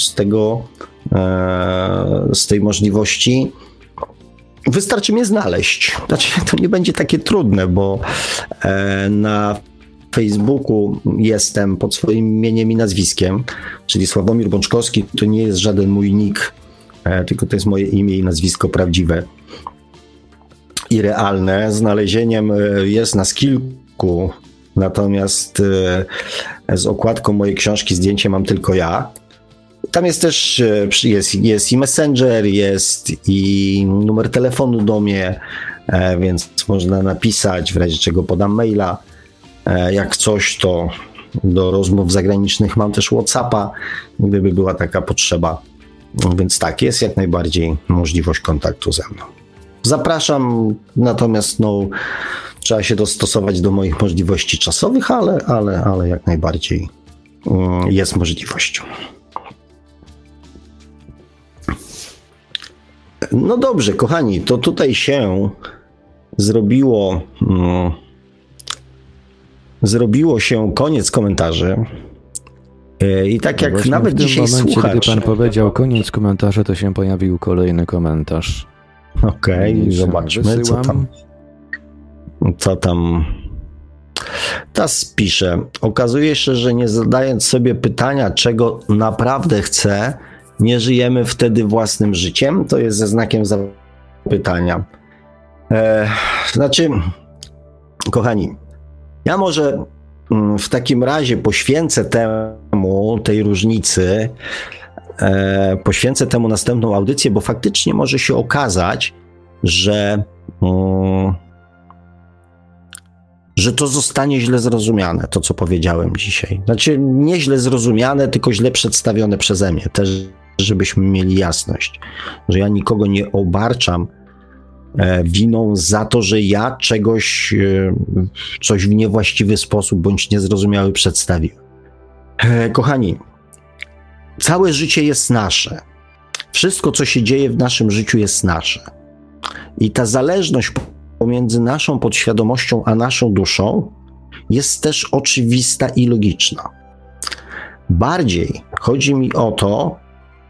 z tej możliwości. Wystarczy mnie znaleźć. Znaczy, to nie będzie takie trudne, bo na Facebooku jestem pod swoim imieniem i nazwiskiem, czyli Sławomir Bączkowski. To nie jest żaden mój nick, tylko to jest moje imię i nazwisko prawdziwe i realne. Znalezieniem jest nas kilku, natomiast z okładką mojej książki zdjęcie mam tylko ja. Tam jest też jest i Messenger, jest i numer telefonu do mnie, więc można napisać, w razie czego podam maila. Jak coś, to do rozmów zagranicznych mam też WhatsAppa, gdyby była taka potrzeba. Więc tak, jest jak najbardziej możliwość kontaktu ze mną. Zapraszam, natomiast trzeba się dostosować do moich możliwości czasowych, ale jak najbardziej jest możliwością. No dobrze, kochani, to tutaj się zrobiło się koniec komentarzy. I tak jak właśnie nawet dzisiaj słuchacz... Gdy pan powiedział koniec komentarzy, to się pojawił kolejny komentarz. Okej, zobaczmy, co tam... Tas pisze, okazuje się, że nie zadając sobie pytania, czego naprawdę chcę, nie żyjemy wtedy własnym życiem. To jest ze znakiem zapytania. Znaczy, kochani, ja może w takim razie poświęcę tej różnicy, poświęcę temu następną audycję, bo faktycznie może się okazać, że to zostanie źle zrozumiane, to co powiedziałem dzisiaj. Znaczy nie źle zrozumiane, tylko źle przedstawione przeze mnie. Też żebyśmy mieli jasność, że ja nikogo nie obarczam winą za to, że ja coś w niewłaściwy sposób bądź niezrozumiały przedstawiłem. Kochani, całe życie jest nasze. Wszystko, co się dzieje w naszym życiu, jest nasze. I ta zależność pomiędzy naszą podświadomością a naszą duszą jest też oczywista i logiczna. Bardziej chodzi mi o to,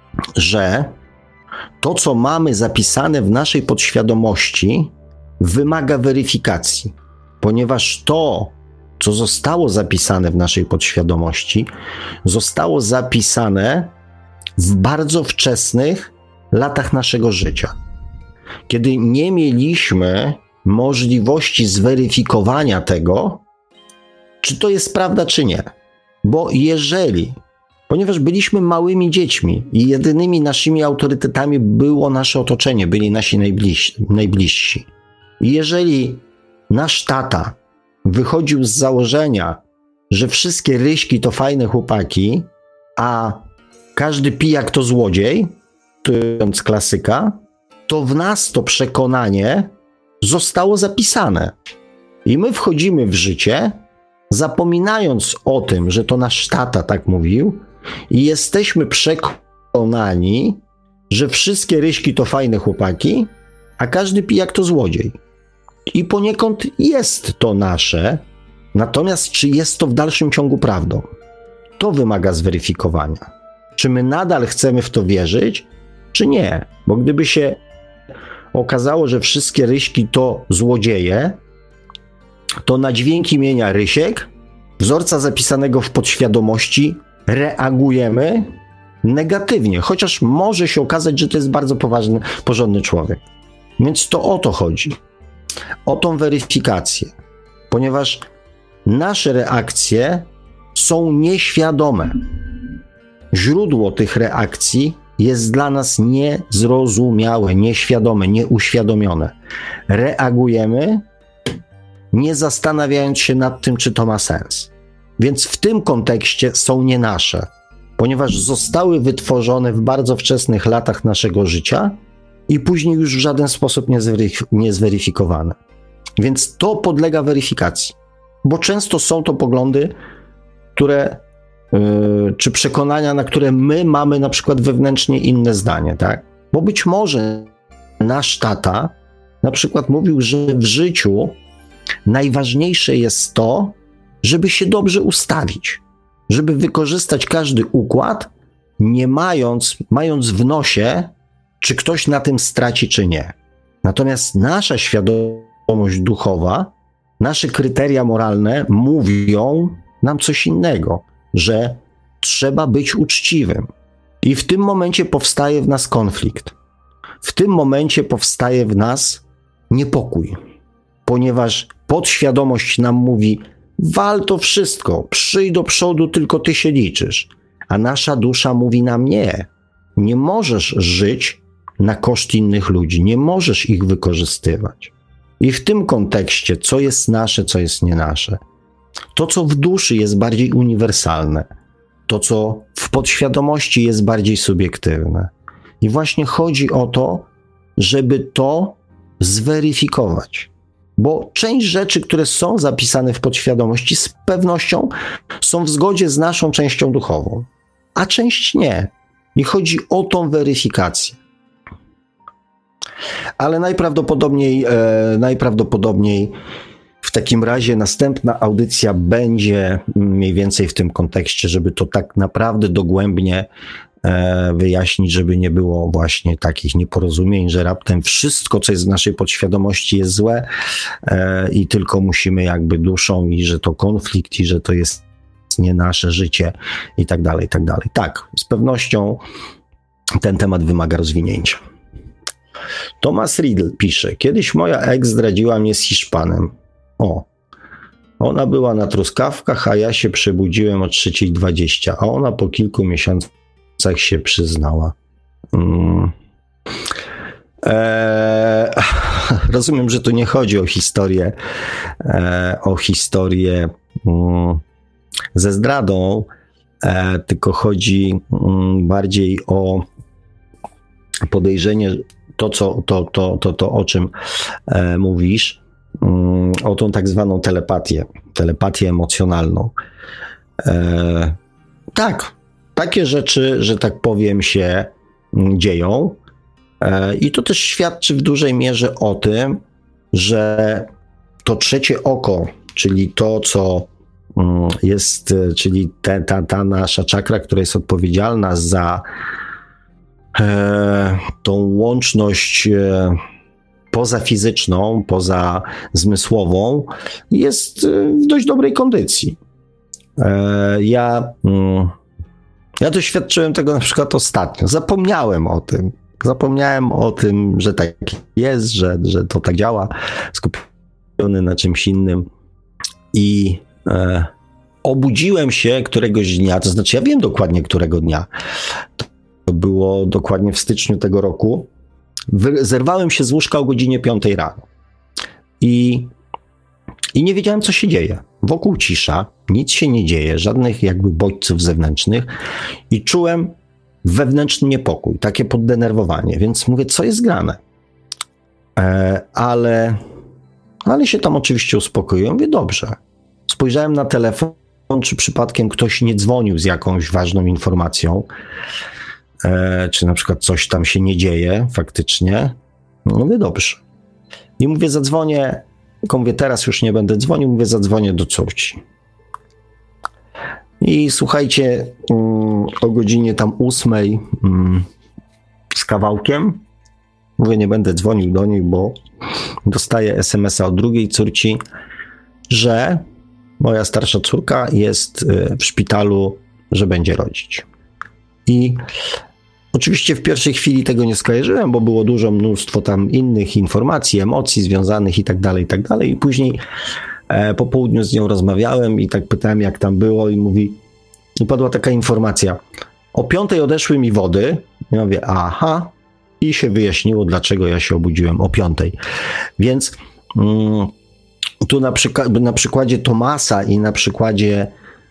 że to, co mamy zapisane w naszej podświadomości, wymaga weryfikacji, ponieważ to, co zostało zapisane w naszej podświadomości, zostało zapisane w bardzo wczesnych latach naszego życia, kiedy nie mieliśmy możliwości zweryfikowania tego, czy to jest prawda, czy nie. Bo ponieważ byliśmy małymi dziećmi i jedynymi naszymi autorytetami było nasze otoczenie, byli nasi najbliżsi. I jeżeli nasz tata wychodził z założenia, że wszystkie ryśki to fajne chłopaki, a każdy pijak to złodziej, cytując klasyka, to w nas to przekonanie zostało zapisane. I my wchodzimy w życie, zapominając o tym, że to nasz tata tak mówił, i jesteśmy przekonani, że wszystkie ryśki to fajne chłopaki, a każdy pijak to złodziej. I poniekąd jest to nasze, natomiast czy jest to w dalszym ciągu prawdą? To wymaga zweryfikowania. Czy my nadal chcemy w to wierzyć, czy nie? Bo gdyby się okazało, że wszystkie ryśki to złodzieje, to na dźwięk imienia Rysiek, wzorca zapisanego w podświadomości, reagujemy negatywnie, chociaż może się okazać, że to jest bardzo poważny, porządny człowiek. Więc to o to chodzi. O tą weryfikację. Ponieważ nasze reakcje są nieświadome. Źródło tych reakcji jest dla nas niezrozumiałe, nieświadome, nieuświadomione. Reagujemy, nie zastanawiając się nad tym, czy to ma sens. Więc w tym kontekście są nie nasze, ponieważ zostały wytworzone w bardzo wczesnych latach naszego życia i później już w żaden sposób nie zweryfikowane. Więc to podlega weryfikacji, bo często są to poglądy, czy przekonania, na które my mamy na przykład wewnętrznie inne zdanie, tak? Bo być może nasz tata na przykład mówił, że w życiu najważniejsze jest to, żeby się dobrze ustawić, żeby wykorzystać każdy układ, nie mając w nosie, czy ktoś na tym straci, czy nie. Natomiast nasza świadomość duchowa, nasze kryteria moralne mówią nam coś innego, że trzeba być uczciwym. I w tym momencie powstaje w nas konflikt. W tym momencie powstaje w nas niepokój, ponieważ podświadomość nam mówi: wal to wszystko, przyjdź do przodu, tylko ty się liczysz. A nasza dusza mówi nam: nie możesz żyć na koszt innych ludzi, nie możesz ich wykorzystywać. I w tym kontekście, co jest nasze, co jest nie nasze, to, co w duszy jest bardziej uniwersalne, to, co w podświadomości jest bardziej subiektywne. I właśnie chodzi o to, żeby to zweryfikować. Bo część rzeczy, które są zapisane w podświadomości, z pewnością są w zgodzie z naszą częścią duchową, a część nie. I chodzi o tą weryfikację. Ale najprawdopodobniej w takim razie następna audycja będzie mniej więcej w tym kontekście, żeby to tak naprawdę dogłębnie wyjaśnić, żeby nie było właśnie takich nieporozumień, że raptem wszystko, co jest w naszej podświadomości, jest złe i tylko musimy jakby duszą, i że to konflikt, i że to jest nie nasze życie i tak dalej, i tak dalej. Tak, z pewnością ten temat wymaga rozwinięcia. Thomas Riddle pisze: kiedyś moja ex zdradziła mnie z Hiszpanem. Ona była na truskawkach, a ja się przebudziłem o 3:20, a ona po kilku miesiącach się przyznała. Rozumiem, że tu nie chodzi o historię ze zdradą, tylko chodzi bardziej o podejrzenie, to o czym mówisz, o tą tak zwaną telepatię emocjonalną. Tak, takie rzeczy, że tak powiem, się dzieją i to też świadczy w dużej mierze o tym, że to trzecie oko, czyli to, co jest, czyli ta nasza czakra, która jest odpowiedzialna za tą łączność pozafizyczną, pozazmysłową, jest w dość dobrej kondycji. Ja doświadczyłem tego na przykład ostatnio. Zapomniałem o tym, że tak jest, że to tak działa, skupiony na czymś innym. I obudziłem się któregoś dnia, to znaczy ja wiem dokładnie którego dnia. To było dokładnie w styczniu tego roku. Zerwałem się z łóżka o godzinie 5 rano. I nie wiedziałem, co się dzieje. Wokół cisza, nic się nie dzieje, żadnych jakby bodźców zewnętrznych i czułem wewnętrzny niepokój, takie poddenerwowanie, więc mówię, co jest grane? Ale się tam oczywiście uspokoiłem, mówię, dobrze. Spojrzałem na telefon, czy przypadkiem ktoś nie dzwonił z jakąś ważną informacją, czy na przykład coś tam się nie dzieje faktycznie. No mówię, dobrze. I mówię, zadzwonię, tylko mówię, teraz już nie będę dzwonił, mówię, zadzwonię do córci. I słuchajcie, o godzinie tam 8 z kawałkiem, mówię, nie będę dzwonił do niej, bo dostaję SMS-a od drugiej córci, że moja starsza córka jest w szpitalu, że będzie rodzić. I oczywiście w pierwszej chwili tego nie skojarzyłem, bo było mnóstwo tam innych informacji, emocji związanych i tak dalej, i tak dalej. I później po południu z nią rozmawiałem i tak pytałem, jak tam było, i mówi, i padła taka informacja, o 5 odeszły mi wody. Ja mówię, aha, i się wyjaśniło, dlaczego ja się obudziłem o 5. Więc tu na przykładzie Tomasa i na przykładzie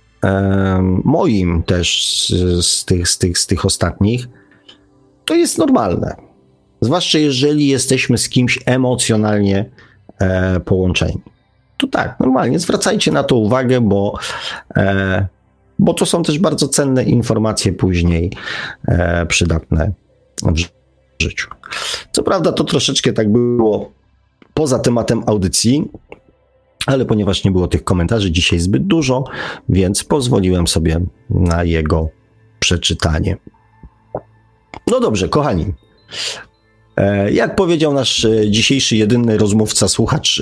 moim też z tych ostatnich, to jest normalne. Zwłaszcza jeżeli jesteśmy z kimś emocjonalnie połączeni. To tak, normalnie zwracajcie na to uwagę, bo to są też bardzo cenne informacje później przydatne w życiu. Co prawda to troszeczkę tak było poza tematem audycji, ale ponieważ nie było tych komentarzy dzisiaj zbyt dużo, więc pozwoliłem sobie na jego przeczytanie. No dobrze, kochani. Jak powiedział nasz dzisiejszy jedyny rozmówca, słuchacz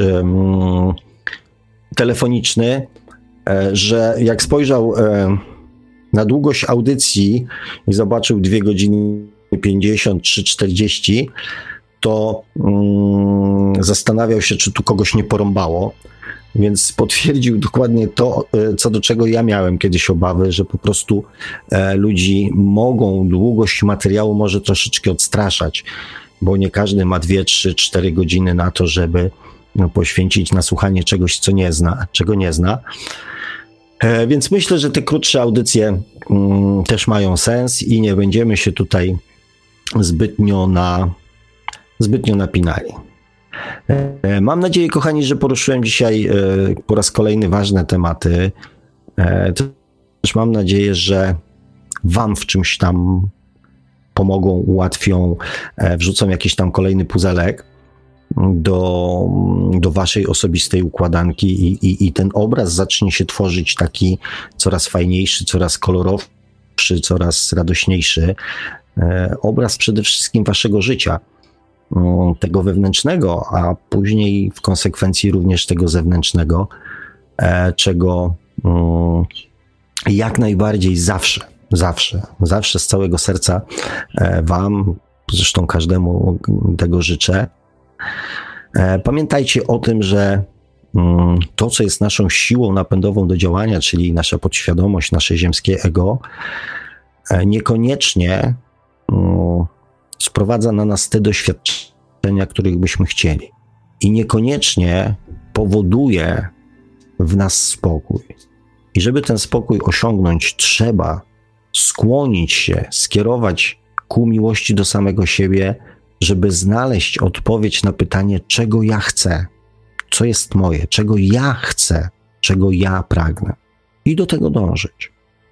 telefoniczny, że jak spojrzał na długość audycji i zobaczył 2 godziny 53-40, to zastanawiał się, czy tu kogoś nie porąbało. Więc potwierdził dokładnie to, co do czego ja miałem kiedyś obawy, że po prostu ludzi długość materiału może troszeczkę odstraszać, bo nie każdy ma 2, 3, 4 godziny na to, żeby poświęcić na słuchanie czegoś, czego nie zna. Więc myślę, że te krótsze audycje też mają sens i nie będziemy się tutaj zbytnio napinali. Mam nadzieję, kochani, że poruszyłem dzisiaj po raz kolejny ważne tematy. Też mam nadzieję, że wam w czymś tam pomogą, ułatwią, wrzucą jakiś tam kolejny puzelek do waszej osobistej układanki i ten obraz zacznie się tworzyć taki coraz fajniejszy, coraz kolorowszy, coraz radośniejszy. Obraz przede wszystkim waszego życia, tego wewnętrznego, a później w konsekwencji również tego zewnętrznego, czego jak najbardziej zawsze z całego serca wam, zresztą każdemu tego życzę. Pamiętajcie o tym, że to, co jest naszą siłą napędową do działania, czyli nasza podświadomość, nasze ziemskie ego, niekoniecznie sprowadza na nas te doświadczenia, których byśmy chcieli. I niekoniecznie powoduje w nas spokój. I żeby ten spokój osiągnąć, trzeba skłonić się, skierować ku miłości do samego siebie, żeby znaleźć odpowiedź na pytanie, czego ja chcę, co jest moje, czego ja chcę, czego ja pragnę. I do tego dążyć.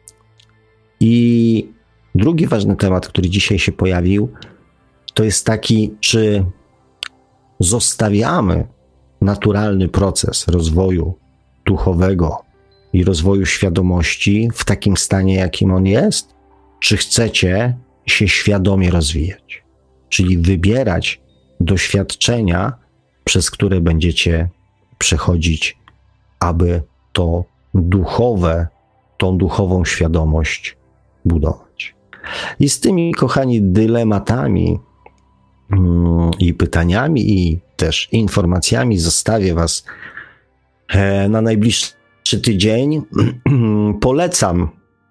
I drugi ważny temat, który dzisiaj się pojawił, to jest taki, czy zostawiamy naturalny proces rozwoju duchowego i rozwoju świadomości w takim stanie, jakim on jest? Czy chcecie się świadomie rozwijać, czyli wybierać doświadczenia, przez które będziecie przechodzić, aby tą duchową świadomość budować. I z tymi, kochani, dylematami i pytaniami i też informacjami zostawię was na najbliższy tydzień. Polecam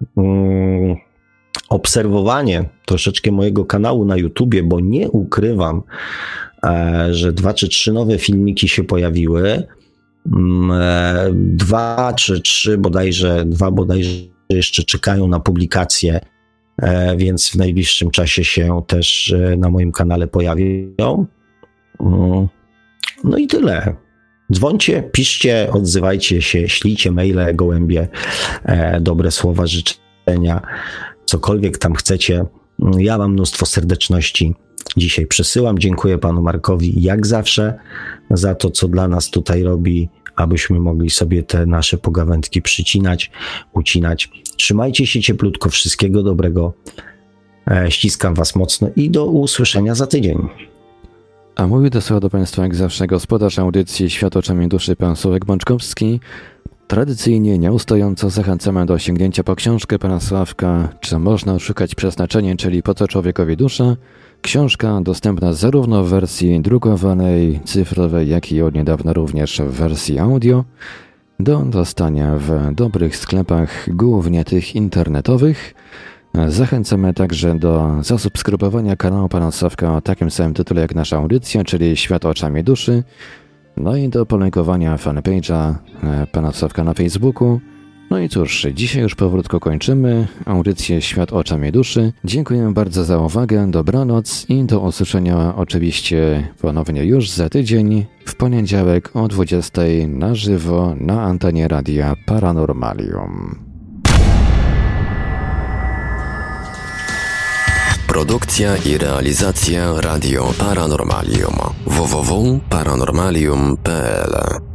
obserwowanie troszeczkę mojego kanału na YouTubie, bo nie ukrywam, że 2 czy 3 nowe filmiki się pojawiły. 2 czy 3 bodajże jeszcze czekają na publikację, więc w najbliższym czasie się też na moim kanale pojawią. No i tyle. Dzwońcie, piszcie, odzywajcie się, ślijcie maile, gołębie, dobre słowa, życzenia, cokolwiek tam chcecie. Ja wam mnóstwo serdeczności dzisiaj przesyłam. Dziękuję panu Markowi jak zawsze za to, co dla nas tutaj robi, abyśmy mogli sobie te nasze pogawędki przycinać, ucinać. Trzymajcie się cieplutko, wszystkiego dobrego. Ściskam was mocno i do usłyszenia za tydzień. A mówi do słucha do Państwa jak zawsze gospodarz audycji Świat oczami duszy, pan Sławek Bączkowski. Tradycyjnie, nieustająco zachęcamy do sięgnięcia po książkę pana Sławka, Czy można oszukać przeznaczenie, czyli Po co człowiekowi dusza. Książka dostępna zarówno w wersji drukowanej, cyfrowej, jak i od niedawna również w wersji audio. Do dostania w dobrych sklepach, głównie tych internetowych. Zachęcamy także do zasubskrybowania kanału pana Sławka o takim samym tytule jak nasza audycja, czyli Świat oczami duszy. No i do polajkowania fanpage'a pana Sławka na Facebooku. No i cóż, dzisiaj już powolutku kończymy audycję Świat oczami duszy. Dziękuję bardzo za uwagę, dobranoc i do usłyszenia oczywiście ponownie już za tydzień, w poniedziałek o 20 na żywo na antenie Radia Paranormalium. Produkcja i realizacja Radio Paranormalium. www.paranormalium.pl